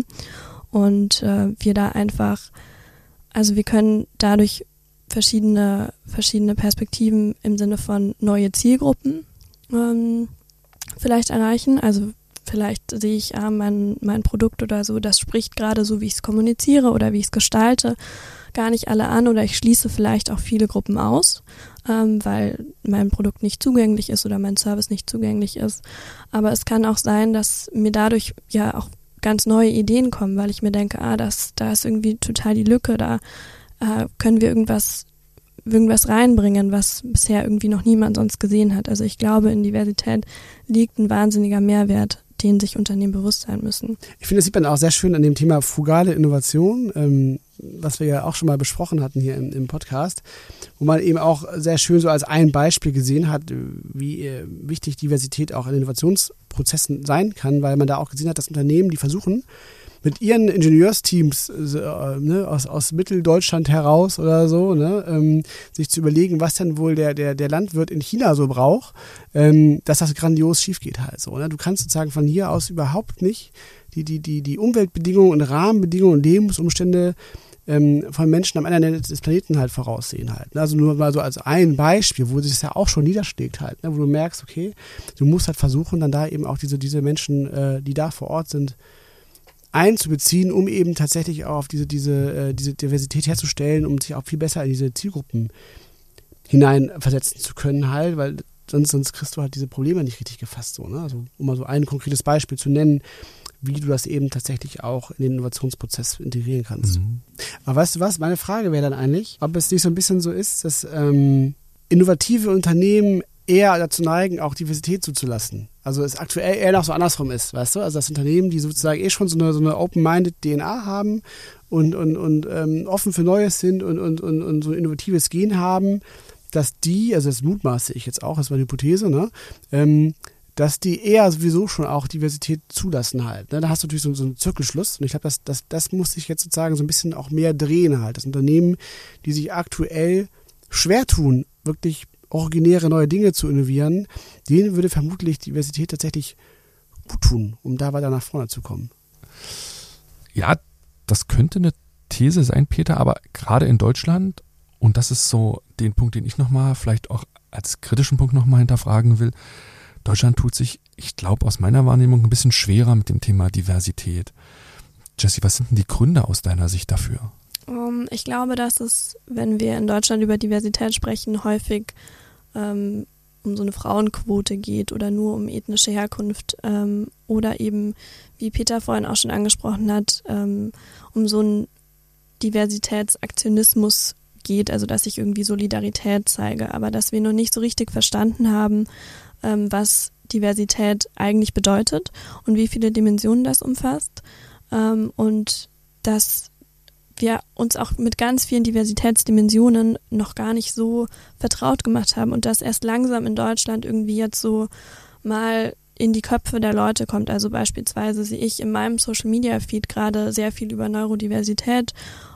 und äh, wir da einfach, also wir können dadurch verschiedene verschiedene Perspektiven im Sinne von neue Zielgruppen ähm, vielleicht erreichen. Also vielleicht sehe ich, ah, mein, mein Produkt oder so, das spricht gerade so, wie ich es kommuniziere oder wie ich es gestalte, gar nicht alle an oder ich schließe vielleicht auch viele Gruppen aus, ähm, weil mein Produkt nicht zugänglich ist oder mein Service nicht zugänglich ist. Aber es kann auch sein, dass mir dadurch ja auch ganz neue Ideen kommen, weil ich mir denke, ah, das, da ist irgendwie total die Lücke, da äh, können wir irgendwas irgendwas reinbringen, was bisher irgendwie noch niemand sonst gesehen hat. Also ich glaube, in Diversität liegt ein wahnsinniger Mehrwert, den sich Unternehmen bewusst sein müssen.
Ich finde, das sieht man auch sehr schön an dem Thema frugale Innovation, ähm, was wir ja auch schon mal besprochen hatten hier im, im Podcast, wo man eben auch sehr schön so als ein Beispiel gesehen hat, wie äh, wichtig Diversität auch in Innovationsprozessen sein kann, weil man da auch gesehen hat, dass Unternehmen, die versuchen, mit ihren Ingenieursteams äh, ne, aus, aus Mitteldeutschland heraus oder so, ne, ähm, sich zu überlegen, was denn wohl der, der, der Landwirt in China so braucht, ähm, dass das grandios schief geht halt so. Ne? Du kannst sozusagen von hier aus überhaupt nicht die, die, die, die Umweltbedingungen und Rahmenbedingungen und Lebensumstände ähm, von Menschen am anderen Ende des Planeten halt voraussehen halt. Ne? Also nur mal so als ein Beispiel, wo sich das ja auch schon niederschlägt halt, ne? Wo du merkst, okay, du musst halt versuchen, dann da eben auch diese, diese Menschen, äh, die da vor Ort sind, einzubeziehen, um eben tatsächlich auch auf diese, diese, äh, diese Diversität herzustellen, um sich auch viel besser in diese Zielgruppen hineinversetzen zu können halt, weil sonst, sonst kriegst du halt diese Probleme nicht richtig gefasst. So, ne? Also um mal so ein konkretes Beispiel zu nennen, wie du das eben tatsächlich auch in den Innovationsprozess integrieren kannst. Mhm. Aber weißt du was, meine Frage wäre dann eigentlich, ob es nicht so ein bisschen so ist, dass ähm, innovative Unternehmen eher dazu neigen, auch Diversität zuzulassen. Also es aktuell eher noch so andersrum ist, weißt du? Also das Unternehmen, die sozusagen eh schon so eine, so eine open-minded D N A haben und, und, und ähm, offen für Neues sind und, und, und, und so ein innovatives Gen haben, dass die, also das mutmaße ich jetzt auch, das war eine Hypothese, ne? Ähm, dass die eher sowieso schon auch Diversität zulassen halt. Ne? Da hast du natürlich so, so einen Zirkelschluss und ich glaube, das, das, das muss sich jetzt sozusagen so ein bisschen auch mehr drehen halt. Das Unternehmen, die sich aktuell schwer tun, wirklich originäre neue Dinge zu innovieren, denen würde vermutlich Diversität tatsächlich gut tun, um da weiter nach vorne zu kommen.
Ja, das könnte eine These sein, Peter, aber gerade in Deutschland, und das ist so den Punkt, den ich nochmal vielleicht auch als kritischen Punkt nochmal hinterfragen will, Deutschland tut sich, ich glaube aus meiner Wahrnehmung, ein bisschen schwerer mit dem Thema Diversität. Jessie, was sind denn die Gründe aus deiner Sicht dafür?
Um, ich glaube, dass es, wenn wir in Deutschland über Diversität sprechen, häufig ähm, um so eine Frauenquote geht oder nur um ethnische Herkunft ähm, oder eben, wie Peter vorhin auch schon angesprochen hat, ähm, um so einen Diversitätsaktionismus geht, also dass ich irgendwie Solidarität zeige, aber dass wir noch nicht so richtig verstanden haben, ähm, was Diversität eigentlich bedeutet und wie viele Dimensionen das umfasst. Ähm, und dass wir uns auch mit ganz vielen Diversitätsdimensionen noch gar nicht so vertraut gemacht haben und das erst langsam in Deutschland irgendwie jetzt so mal in die Köpfe der Leute kommt. Also beispielsweise sehe ich in meinem Social-Media-Feed gerade sehr viel über Neurodiversität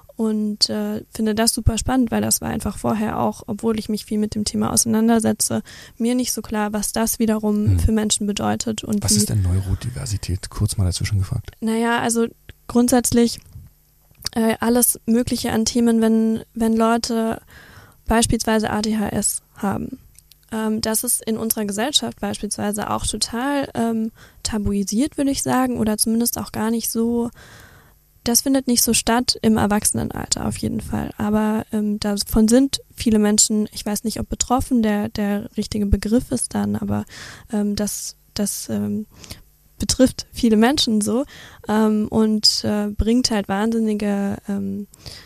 und äh, finde das super spannend, weil das war einfach vorher auch, obwohl ich mich viel mit dem Thema auseinandersetze, mir nicht so klar, was das wiederum hm. für Menschen bedeutet. Und
was
wie,
ist denn Neurodiversität? Kurz mal dazwischen gefragt.
Naja, also grundsätzlich äh, alles Mögliche an Themen, wenn, wenn Leute beispielsweise A D H S haben. Ähm, das ist in unserer Gesellschaft beispielsweise auch total ähm, tabuisiert, würde ich sagen, oder zumindest auch gar nicht so, das findet nicht so statt im Erwachsenenalter auf jeden Fall. Aber ähm, davon sind viele Menschen, ich weiß nicht, ob betroffen der, der richtige Begriff ist dann, aber ähm, das, das ähm, betrifft viele Menschen so ähm, und äh, bringt halt wahnsinnige ähm,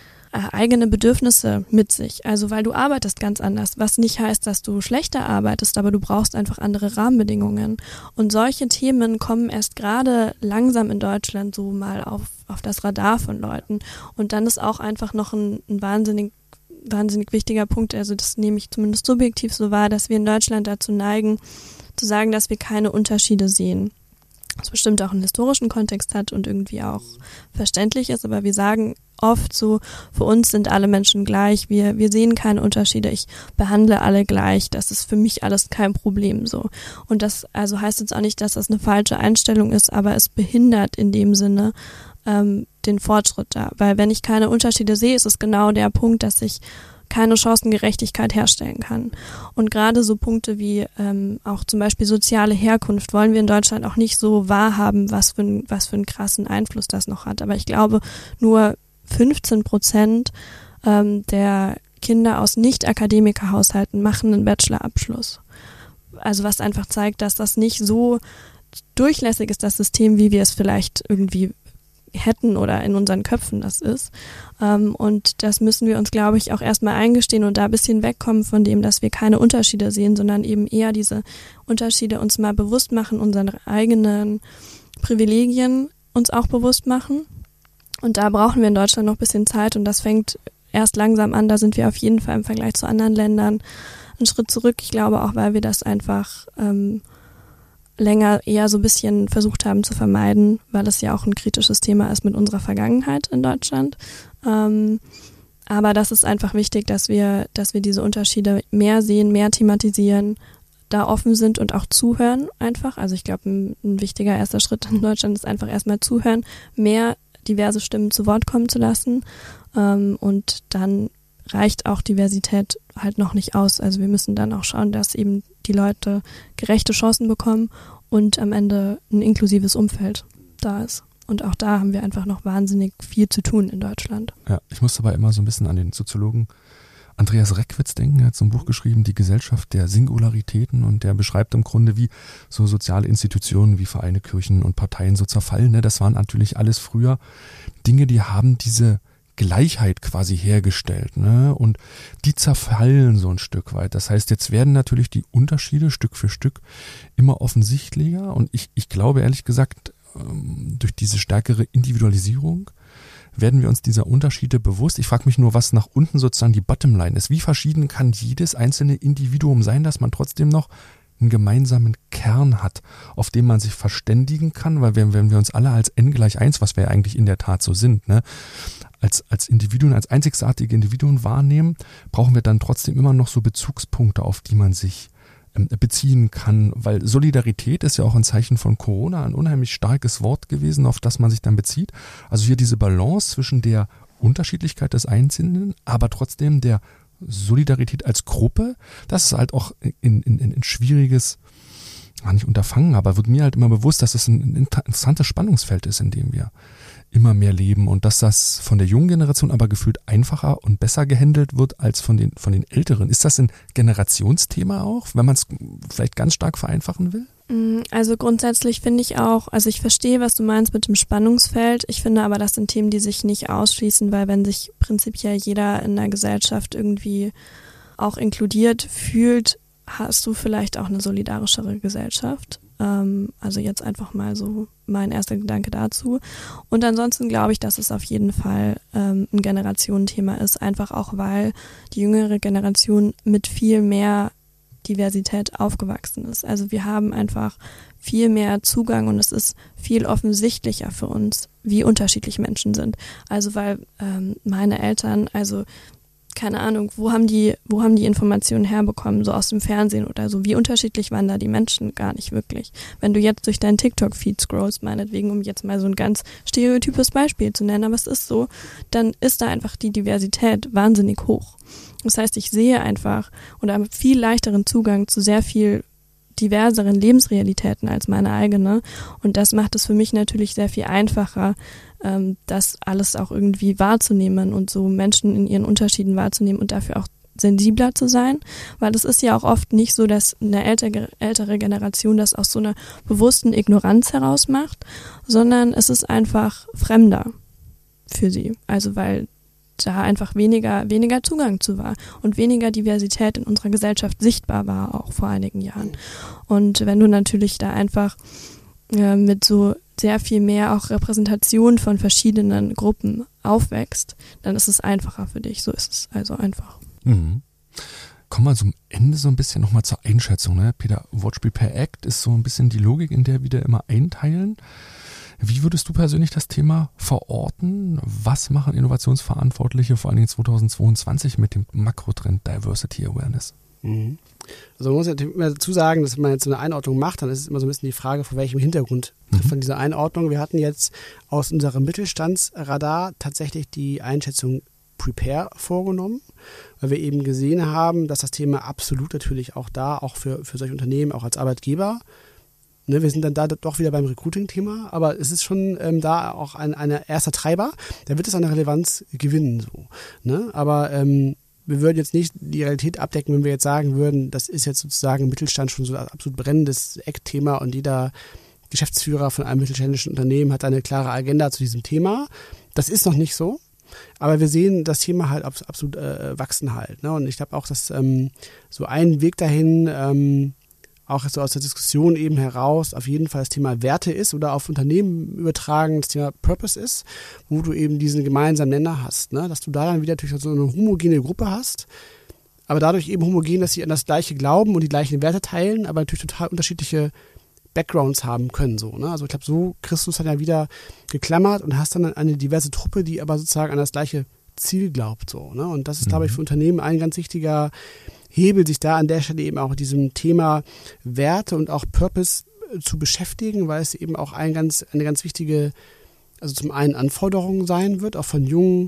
eigene Bedürfnisse mit sich. Also weil du arbeitest ganz anders, was nicht heißt, dass du schlechter arbeitest, aber du brauchst einfach andere Rahmenbedingungen. Und solche Themen kommen erst gerade langsam in Deutschland so mal auf, auf das Radar von Leuten. Und dann ist auch einfach noch ein, ein wahnsinnig, wahnsinnig wichtiger Punkt, also das nehme ich zumindest subjektiv so wahr, dass wir in Deutschland dazu neigen, zu sagen, dass wir keine Unterschiede sehen. Was bestimmt auch einen historischen Kontext hat und irgendwie auch verständlich ist, aber wir sagen oft so, für uns sind alle Menschen gleich, wir, wir sehen keine Unterschiede, ich behandle alle gleich, das ist für mich alles kein Problem so. Und das also heißt jetzt auch nicht, dass das eine falsche Einstellung ist, aber es behindert in dem Sinne ähm, den Fortschritt da, weil wenn ich keine Unterschiede sehe, ist es genau der Punkt, dass ich keine Chancengerechtigkeit herstellen kann. Und gerade so Punkte wie ähm, auch zum Beispiel soziale Herkunft wollen wir in Deutschland auch nicht so wahrhaben, was für, ein, was für einen krassen Einfluss das noch hat. Aber ich glaube, nur fünfzehn Prozent ähm, der Kinder aus Nicht-Akademiker-Haushalten machen einen Bachelorabschluss. Also was einfach zeigt, dass das nicht so durchlässig ist, das System, wie wir es vielleicht irgendwie hätten oder in unseren Köpfen das ist. Ähm, und das müssen wir uns, glaube ich, auch erstmal eingestehen und da ein bisschen wegkommen von dem, dass wir keine Unterschiede sehen, sondern eben eher diese Unterschiede uns mal bewusst machen, unsere eigenen Privilegien uns auch bewusst machen. Und da brauchen wir in Deutschland noch ein bisschen Zeit und das fängt erst langsam an. Da sind wir auf jeden Fall im Vergleich zu anderen Ländern einen Schritt zurück. Ich glaube auch, weil wir das einfach ähm, länger eher so ein bisschen versucht haben zu vermeiden, weil es ja auch ein kritisches Thema ist mit unserer Vergangenheit in Deutschland. Ähm, aber das ist einfach wichtig, dass wir, dass wir diese Unterschiede mehr sehen, mehr thematisieren, da offen sind und auch zuhören einfach. Also ich glaube, ein, ein wichtiger erster Schritt in Deutschland ist einfach erstmal zuhören, mehr diverse Stimmen zu Wort kommen zu lassen. Ähm, und dann reicht auch Diversität halt noch nicht aus. Also wir müssen dann auch schauen, dass eben die Leute gerechte Chancen bekommen und am Ende ein inklusives Umfeld da ist. Und auch da haben wir einfach noch wahnsinnig viel zu tun in Deutschland.
Ja, ich muss dabei immer so ein bisschen an den Soziologen Andreas Reckwitz denken. Er hat so ein Buch geschrieben, Die Gesellschaft der Singularitäten, und der beschreibt im Grunde, wie so soziale Institutionen wie Vereine, Kirchen und Parteien so zerfallen. Ne? Das waren natürlich alles früher Dinge, die haben diese Gleichheit quasi hergestellt, ne? Und die zerfallen so ein Stück weit. Das heißt, jetzt werden natürlich die Unterschiede Stück für Stück immer offensichtlicher und ich, ich glaube ehrlich gesagt, durch diese stärkere Individualisierung werden wir uns dieser Unterschiede bewusst. Ich frage mich nur, was nach unten sozusagen die Bottomline ist. Wie verschieden kann jedes einzelne Individuum sein, dass man trotzdem noch einen gemeinsamen Kern hat, auf den man sich verständigen kann, weil wenn, wenn wir uns alle als n gleich eins, was wir ja eigentlich in der Tat so sind, ne, als, als Individuen, als einzigartige Individuen wahrnehmen, brauchen wir dann trotzdem immer noch so Bezugspunkte, auf die man sich ähm, beziehen kann, weil Solidarität ist ja auch ein Zeichen von Corona, ein unheimlich starkes Wort gewesen, auf das man sich dann bezieht. Also hier diese Balance zwischen der Unterschiedlichkeit des Einzelnen, aber trotzdem der Solidarität als Gruppe, das ist halt auch in, in, in ein schwieriges, nicht Unterfangen, aber wird mir halt immer bewusst, dass es ein interessantes Spannungsfeld ist, in dem wir immer mehr leben und dass das von der jungen Generation aber gefühlt einfacher und besser gehandelt wird als von den, von den Älteren. Ist das ein Generationsthema auch, wenn man es vielleicht ganz stark vereinfachen will?
Also grundsätzlich finde ich auch, also ich verstehe, was du meinst mit dem Spannungsfeld. Ich finde aber, das sind Themen, die sich nicht ausschließen, weil wenn sich prinzipiell jeder in der Gesellschaft irgendwie auch inkludiert fühlt, hast du vielleicht auch eine solidarischere Gesellschaft. Ähm, also jetzt einfach mal so mein erster Gedanke dazu. Und ansonsten glaube ich, dass es auf jeden Fall ähm, ein Generationenthema ist, einfach auch, weil die jüngere Generation mit viel mehr Diversität aufgewachsen ist. Also wir haben einfach viel mehr Zugang und es ist viel offensichtlicher für uns, wie unterschiedlich Menschen sind. Also weil ähm, meine Eltern, also keine Ahnung, wo haben die, wo haben die Informationen herbekommen, so aus dem Fernsehen oder so, wie unterschiedlich waren da die Menschen gar nicht wirklich. Wenn du jetzt durch deinen TikTok-Feed scrollst, meinetwegen, um jetzt mal so ein ganz stereotypes Beispiel zu nennen, aber es ist so, dann ist da einfach die Diversität wahnsinnig hoch. Das heißt, ich sehe einfach oder habe viel leichteren Zugang zu sehr viel diverseren Lebensrealitäten als meine eigene. Und das macht es für mich natürlich sehr viel einfacher, ähm, das alles auch irgendwie wahrzunehmen und so Menschen in ihren Unterschieden wahrzunehmen und dafür auch sensibler zu sein. Weil es ist ja auch oft nicht so, dass eine ältere, ältere Generation das aus so einer bewussten Ignoranz heraus macht, sondern es ist einfach fremder für sie. Also weil da einfach weniger, weniger Zugang zu war und weniger Diversität in unserer Gesellschaft sichtbar war, auch vor einigen Jahren. Und wenn du natürlich da einfach äh, mit so sehr viel mehr auch Repräsentation von verschiedenen Gruppen aufwächst, dann ist es einfacher für dich. So ist es also einfach.
Mhm. Kommen wir zum Ende so ein bisschen nochmal zur Einschätzung. Ne? Peter, Watch, Prepare, Act ist so ein bisschen die Logik, in der wir da immer einteilen. Wie würdest du persönlich das Thema verorten? Was machen Innovationsverantwortliche vor allen Dingen zweitausendzweiundzwanzig mit dem Makrotrend Diversity Awareness?
Mhm. Also man muss ja immer dazu sagen, dass wenn man jetzt so eine Einordnung macht, dann ist es immer so ein bisschen die Frage, vor welchem Hintergrund trifft man diese Einordnung. Wir hatten jetzt aus unserem Mittelstandsradar tatsächlich die Einschätzung Prepare vorgenommen, weil wir eben gesehen haben, dass das Thema absolut natürlich auch da, auch für, für solche Unternehmen, auch als Arbeitgeber, ne, wir sind dann da doch wieder beim Recruiting-Thema, aber es ist schon ähm, da auch ein, ein erster Treiber, da wird es eine Relevanz gewinnen. So, ne? Aber ähm, wir würden jetzt nicht die Realität abdecken, wenn wir jetzt sagen würden, das ist jetzt sozusagen im Mittelstand schon so ein absolut brennendes Eckthema und jeder Geschäftsführer von einem mittelständischen Unternehmen hat eine klare Agenda zu diesem Thema. Das ist noch nicht so. Aber wir sehen das Thema halt absolut äh, wachsen halt. Ne? Und ich glaube auch, dass ähm, so ein Weg dahin, ähm, auch so aus der Diskussion eben heraus, auf jeden Fall das Thema Werte ist oder auf Unternehmen übertragen das Thema Purpose ist, wo du eben diesen gemeinsamen Nenner hast. Ne? Dass du da dann wieder natürlich so eine homogene Gruppe hast, aber dadurch eben homogen, dass sie an das Gleiche glauben und die gleichen Werte teilen, aber natürlich total unterschiedliche Backgrounds haben können. So, ne? Also ich glaube, so kriegst du es dann ja wieder geklammert und hast dann eine diverse Truppe, die aber sozusagen an das gleiche Ziel glaubt. So, ne? Und das ist, mhm. glaube ich, für Unternehmen ein ganz wichtiger Hebel, sich da an der Stelle eben auch mit diesem Thema Werte und auch Purpose zu beschäftigen, weil es eben auch ein ganz, eine ganz wichtige, also zum einen Anforderung sein wird, auch von jungen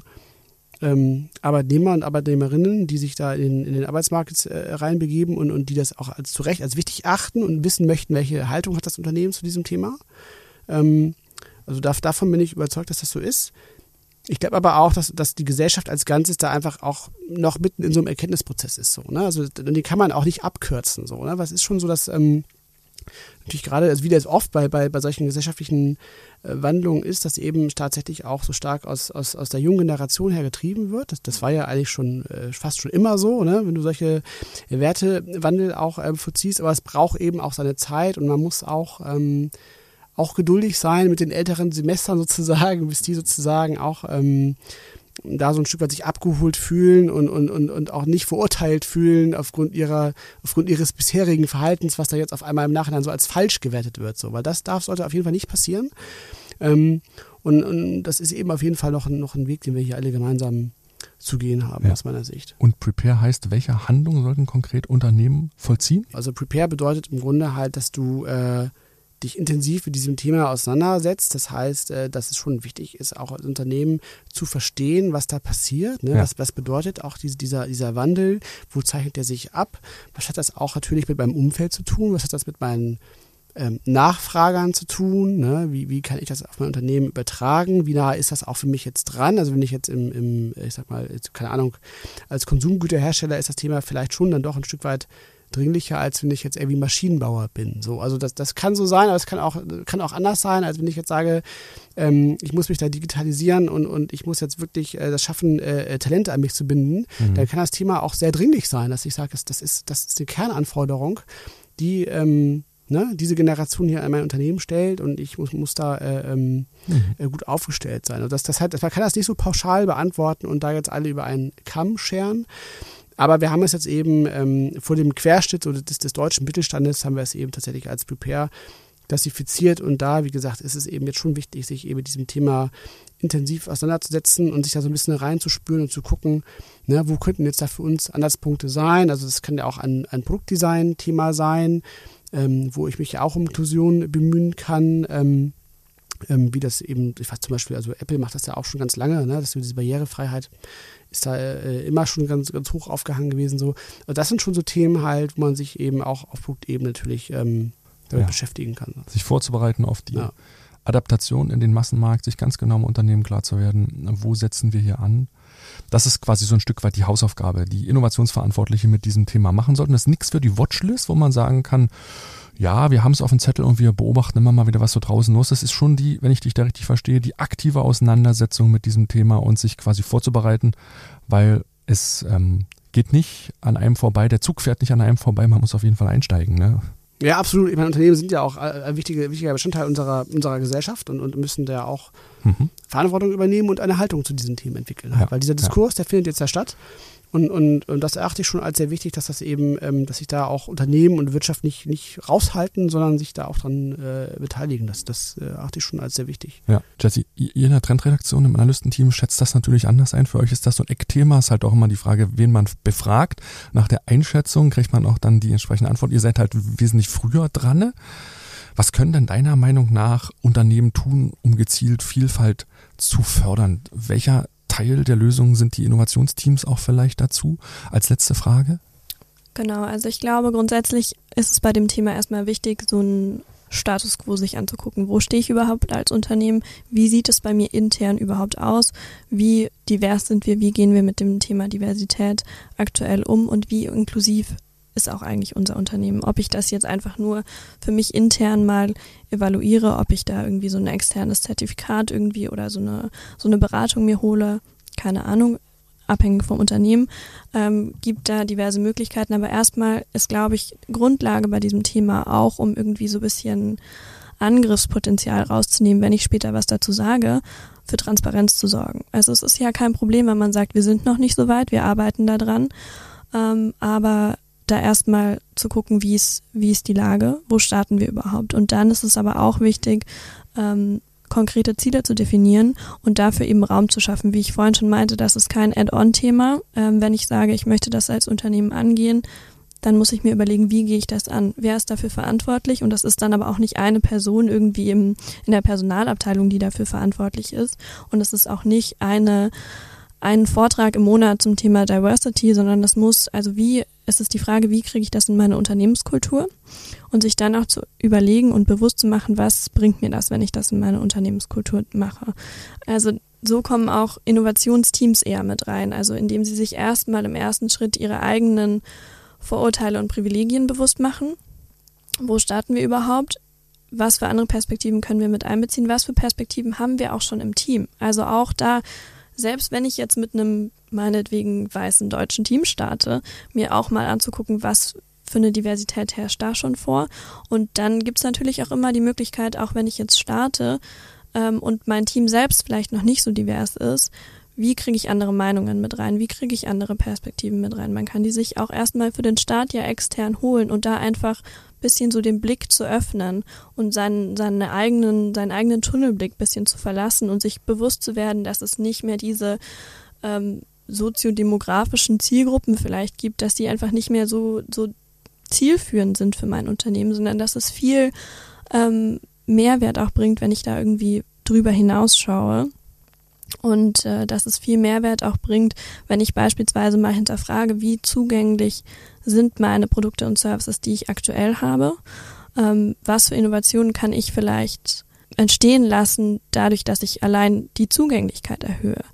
ähm, Arbeitnehmer und Arbeitnehmerinnen, die sich da in, in den Arbeitsmarkt äh, reinbegeben und, und die das auch als zu Recht als wichtig achten und wissen möchten, welche Haltung hat das Unternehmen zu diesem Thema. Ähm, also da, davon bin ich überzeugt, dass das so ist. Ich glaube aber auch, dass, dass die Gesellschaft als Ganzes da einfach auch noch mitten in so einem Erkenntnisprozess ist. So, ne? Also den kann man auch nicht abkürzen. So, ne? Aber es ist schon so, dass ähm, natürlich gerade, also wie das oft bei, bei, bei solchen gesellschaftlichen äh, Wandlungen ist, dass eben tatsächlich auch so stark aus, aus, aus der jungen Generation her getrieben wird. Das, das war ja eigentlich schon äh, fast schon immer so, ne? Wenn du solche Wertewandel auch ähm, vollziehst. Aber es braucht eben auch seine Zeit und man muss auch ähm, auch geduldig sein mit den älteren Semestern sozusagen, bis die sozusagen auch ähm, da so ein Stück weit sich abgeholt fühlen und, und, und, und auch nicht verurteilt fühlen aufgrund ihrer, aufgrund ihres bisherigen Verhaltens, was da jetzt auf einmal im Nachhinein so als falsch gewertet wird. So. Weil das darf, sollte auf jeden Fall nicht passieren. Ähm, und, und das ist eben auf jeden Fall noch, noch ein Weg, den wir hier alle gemeinsam zu gehen haben, ja. Aus meiner Sicht.
Und Prepare heißt, welche Handlungen sollten konkret Unternehmen vollziehen?
Also Prepare bedeutet im Grunde halt, dass du äh, dich intensiv mit diesem Thema auseinandersetzt. Das heißt, dass es schon wichtig ist, auch als Unternehmen zu verstehen, was da passiert. Ne? Ja. Was, was bedeutet auch diese, dieser, dieser Wandel? Wo zeichnet der sich ab? Was hat das auch natürlich mit meinem Umfeld zu tun? Was hat das mit meinen ähm, Nachfragern zu tun? Ne? Wie, wie kann ich das auf mein Unternehmen übertragen? Wie nah ist das auch für mich jetzt dran? Also wenn ich jetzt im, im ich sag mal, keine Ahnung, als Konsumgüterhersteller ist das Thema vielleicht schon dann doch ein Stück weit dringlicher, als wenn ich jetzt irgendwie Maschinenbauer bin. So, also das, das kann so sein, aber es kann auch, kann auch anders sein, als wenn ich jetzt sage, ähm, ich muss mich da digitalisieren und, und ich muss jetzt wirklich äh, das schaffen, äh, Talente an mich zu binden. Mhm. Dann kann das Thema auch sehr dringlich sein, dass ich sage, das, das, ist, das ist eine Kernanforderung, die ähm, ne, diese Generation hier an mein Unternehmen stellt und ich muss, muss da äh, ähm, mhm. äh, gut aufgestellt sein. Also das, das hat, man kann das nicht so pauschal beantworten und da jetzt alle über einen Kamm scheren. Aber wir haben es jetzt eben ähm, vor dem Querschnitt oder des, des deutschen Mittelstandes haben wir es eben tatsächlich als Prepare klassifiziert und da, wie gesagt, ist es eben jetzt schon wichtig, sich eben mit diesem Thema intensiv auseinanderzusetzen und sich da so ein bisschen reinzuspüren und zu gucken, ne, wo könnten jetzt da für uns Ansatzpunkte sein. Also das kann ja auch ein, ein Produktdesign-Thema sein, ähm, wo ich mich ja auch um Inklusion bemühen kann, ähm, ähm, wie das eben, ich weiß zum Beispiel, also Apple macht das ja auch schon ganz lange, ne, dass diese Barrierefreiheit ist da äh, immer schon ganz, ganz hoch aufgehangen gewesen. So. Und das sind schon so Themen halt, wo man sich eben auch auf Produktebene natürlich ähm, damit ja. beschäftigen kann.
Sich vorzubereiten auf die ja. Adaptation in den Massenmarkt, sich ganz genau im Unternehmen klar zu werden, wo setzen wir hier an. Das ist quasi so ein Stück weit die Hausaufgabe, die Innovationsverantwortliche mit diesem Thema machen sollten. Das ist nichts für die Watchlist, wo man sagen kann, ja, wir haben es auf dem Zettel und wir beobachten immer mal wieder, was so draußen los ist. Das ist schon die, wenn ich dich da richtig verstehe, die aktive Auseinandersetzung mit diesem Thema und sich quasi vorzubereiten, weil es ähm, geht nicht an einem vorbei, der Zug fährt nicht an einem vorbei, man muss auf jeden Fall einsteigen, ne?
Ja, absolut. Ich meine, Unternehmen sind ja auch ein wichtiger, wichtiger Bestandteil unserer, unserer Gesellschaft und, und müssen da auch mhm. Verantwortung übernehmen und eine Haltung zu diesen Themen entwickeln. Ja. Weil dieser Diskurs, ja. der findet jetzt ja statt. Und, und, und das erachte ich schon als sehr wichtig, dass das eben, ähm, dass sich da auch Unternehmen und Wirtschaft nicht, nicht raushalten, sondern sich da auch dran äh, beteiligen. Das, das äh, erachte ich schon als sehr wichtig.
Ja, Jesse, ihr in der Trendredaktion im Analystenteam schätzt das natürlich anders ein. Für euch ist das so ein Eckthema. Ist halt auch immer die Frage, wen man befragt. Nach der Einschätzung kriegt man auch dann die entsprechende Antwort. Ihr seid halt wesentlich früher dran. Ne? Was können denn deiner Meinung nach Unternehmen tun, um gezielt Vielfalt zu fördern? Welcher Teil der Lösung sind die Innovationsteams auch vielleicht dazu? Als letzte Frage.
Genau, also ich glaube, grundsätzlich ist es bei dem Thema erstmal wichtig, so einen Status quo sich anzugucken. Wo stehe ich überhaupt als Unternehmen? Wie sieht es bei mir intern überhaupt aus? Wie divers sind wir? Wie gehen wir mit dem Thema Diversität aktuell um? Und wie inklusiv ist auch eigentlich unser Unternehmen? Ob ich das jetzt einfach nur für mich intern mal evaluiere, ob ich da irgendwie so ein externes Zertifikat irgendwie oder so eine, so eine Beratung mir hole, keine Ahnung, abhängig vom Unternehmen, ähm, gibt da diverse Möglichkeiten. Aber erstmal ist, glaube ich, Grundlage bei diesem Thema auch, um irgendwie so ein bisschen Angriffspotenzial rauszunehmen, wenn ich später was dazu sage, für Transparenz zu sorgen. Also es ist ja kein Problem, wenn man sagt, wir sind noch nicht so weit, wir arbeiten da dran, ähm, aber da erstmal zu gucken, wie ist, wie ist die Lage, wo starten wir überhaupt. Und dann ist es aber auch wichtig, ähm, konkrete Ziele zu definieren und dafür eben Raum zu schaffen. Wie ich vorhin schon meinte, das ist kein Add-on-Thema. Ähm, wenn ich sage, ich möchte das als Unternehmen angehen, dann muss ich mir überlegen, wie gehe ich das an? Wer ist dafür verantwortlich? Und das ist dann aber auch nicht eine Person irgendwie im, in der Personalabteilung, die dafür verantwortlich ist. Und es ist auch nicht eine einen Vortrag im Monat zum Thema Diversity, sondern das muss, also wie, es ist die Frage, wie kriege ich das in meine Unternehmenskultur und sich dann auch zu überlegen und bewusst zu machen, was bringt mir das, wenn ich das in meine Unternehmenskultur mache. Also so kommen auch Innovationsteams eher mit rein, also indem sie sich erstmal im ersten Schritt ihre eigenen Vorurteile und Privilegien bewusst machen. Wo starten wir überhaupt? Was für andere Perspektiven können wir mit einbeziehen? Was für Perspektiven haben wir auch schon im Team? Also auch da, selbst wenn ich jetzt mit einem meinetwegen weißen deutschen Team starte, mir auch mal anzugucken, was für eine Diversität herrscht da schon vor. Und dann gibt es natürlich auch immer die Möglichkeit, auch wenn ich jetzt starte ähm, und mein Team selbst vielleicht noch nicht so divers ist, wie kriege ich andere Meinungen mit rein, wie kriege ich andere Perspektiven mit rein. Man kann die sich auch erstmal für den Start ja extern holen und da einfach ein bisschen so den Blick zu öffnen und seinen, seine eigenen, seinen eigenen Tunnelblick ein bisschen zu verlassen und sich bewusst zu werden, dass es nicht mehr diese ähm, soziodemografischen Zielgruppen vielleicht gibt, dass die einfach nicht mehr so, so zielführend sind für mein Unternehmen, sondern dass es viel ähm, Mehrwert auch bringt, wenn ich da irgendwie drüber hinausschaue. Und äh, dass es viel Mehrwert auch bringt, wenn ich beispielsweise mal hinterfrage, wie zugänglich sind meine Produkte und Services, die ich aktuell habe. Ähm, was für Innovationen kann ich vielleicht entstehen lassen, dadurch, dass ich allein die Zugänglichkeit erhöhe.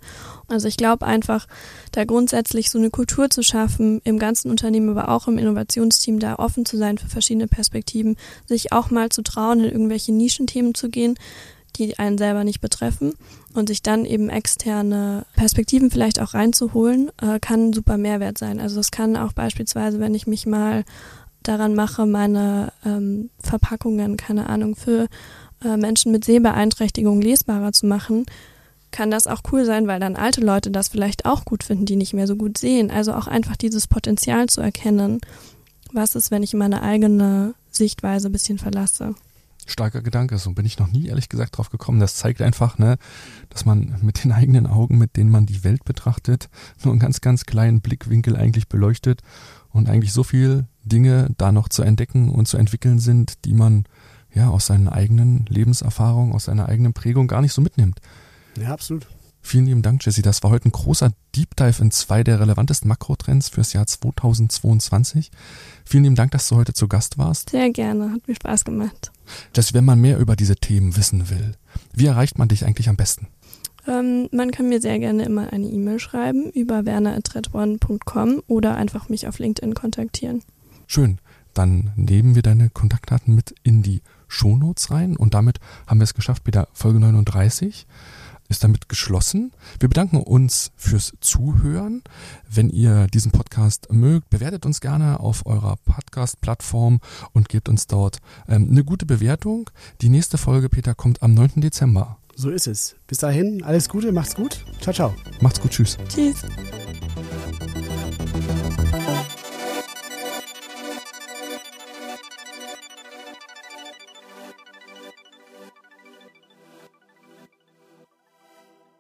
Also ich glaube einfach, da grundsätzlich so eine Kultur zu schaffen, im ganzen Unternehmen, aber auch im Innovationsteam, da offen zu sein für verschiedene Perspektiven, sich auch mal zu trauen, in irgendwelche Nischenthemen zu gehen, die einen selber nicht betreffen und sich dann eben externe Perspektiven vielleicht auch reinzuholen, äh, kann ein super Mehrwert sein. Also es kann auch beispielsweise, wenn ich mich mal daran mache, meine ähm, Verpackungen, keine Ahnung, für äh, Menschen mit Sehbeeinträchtigung lesbarer zu machen, kann das auch cool sein, weil dann alte Leute das vielleicht auch gut finden, die nicht mehr so gut sehen. Also auch einfach dieses Potenzial zu erkennen, was ist, wenn ich meine eigene Sichtweise ein bisschen verlasse.
Starker Gedanke, so bin ich noch nie ehrlich gesagt drauf gekommen. Das zeigt einfach, ne, dass man mit den eigenen Augen, mit denen man die Welt betrachtet, nur einen ganz, ganz kleinen Blickwinkel eigentlich beleuchtet und eigentlich so viel Dinge da noch zu entdecken und zu entwickeln sind, die man ja aus seinen eigenen Lebenserfahrungen, aus seiner eigenen Prägung gar nicht so mitnimmt.
Ja, absolut.
Vielen lieben Dank, Jessie. Das war heute ein großer Deep Dive in zwei der relevantesten Makrotrends fürs Jahr zweitausendzweiundzwanzig. Vielen lieben Dank, dass du heute zu Gast warst.
Sehr gerne, hat mir Spaß gemacht.
Jessie, wenn man mehr über diese Themen wissen will, wie erreicht man dich eigentlich am besten?
Ähm, man kann mir sehr gerne immer eine E-Mail schreiben über werner at red one punkt com oder einfach mich auf LinkedIn kontaktieren.
Schön, dann nehmen wir deine Kontaktdaten mit in die Shownotes rein und damit haben wir es geschafft, Peter. Folge neununddreißig ist damit geschlossen. Wir bedanken uns fürs Zuhören. Wenn ihr diesen Podcast mögt, bewertet uns gerne auf eurer Podcast-Plattform und gebt uns dort ähm, eine gute Bewertung. Die nächste Folge, Peter, kommt am neunten Dezember.
So ist es. Bis dahin, alles Gute, macht's gut. Ciao, ciao.
Macht's gut, tschüss.
Tschüss.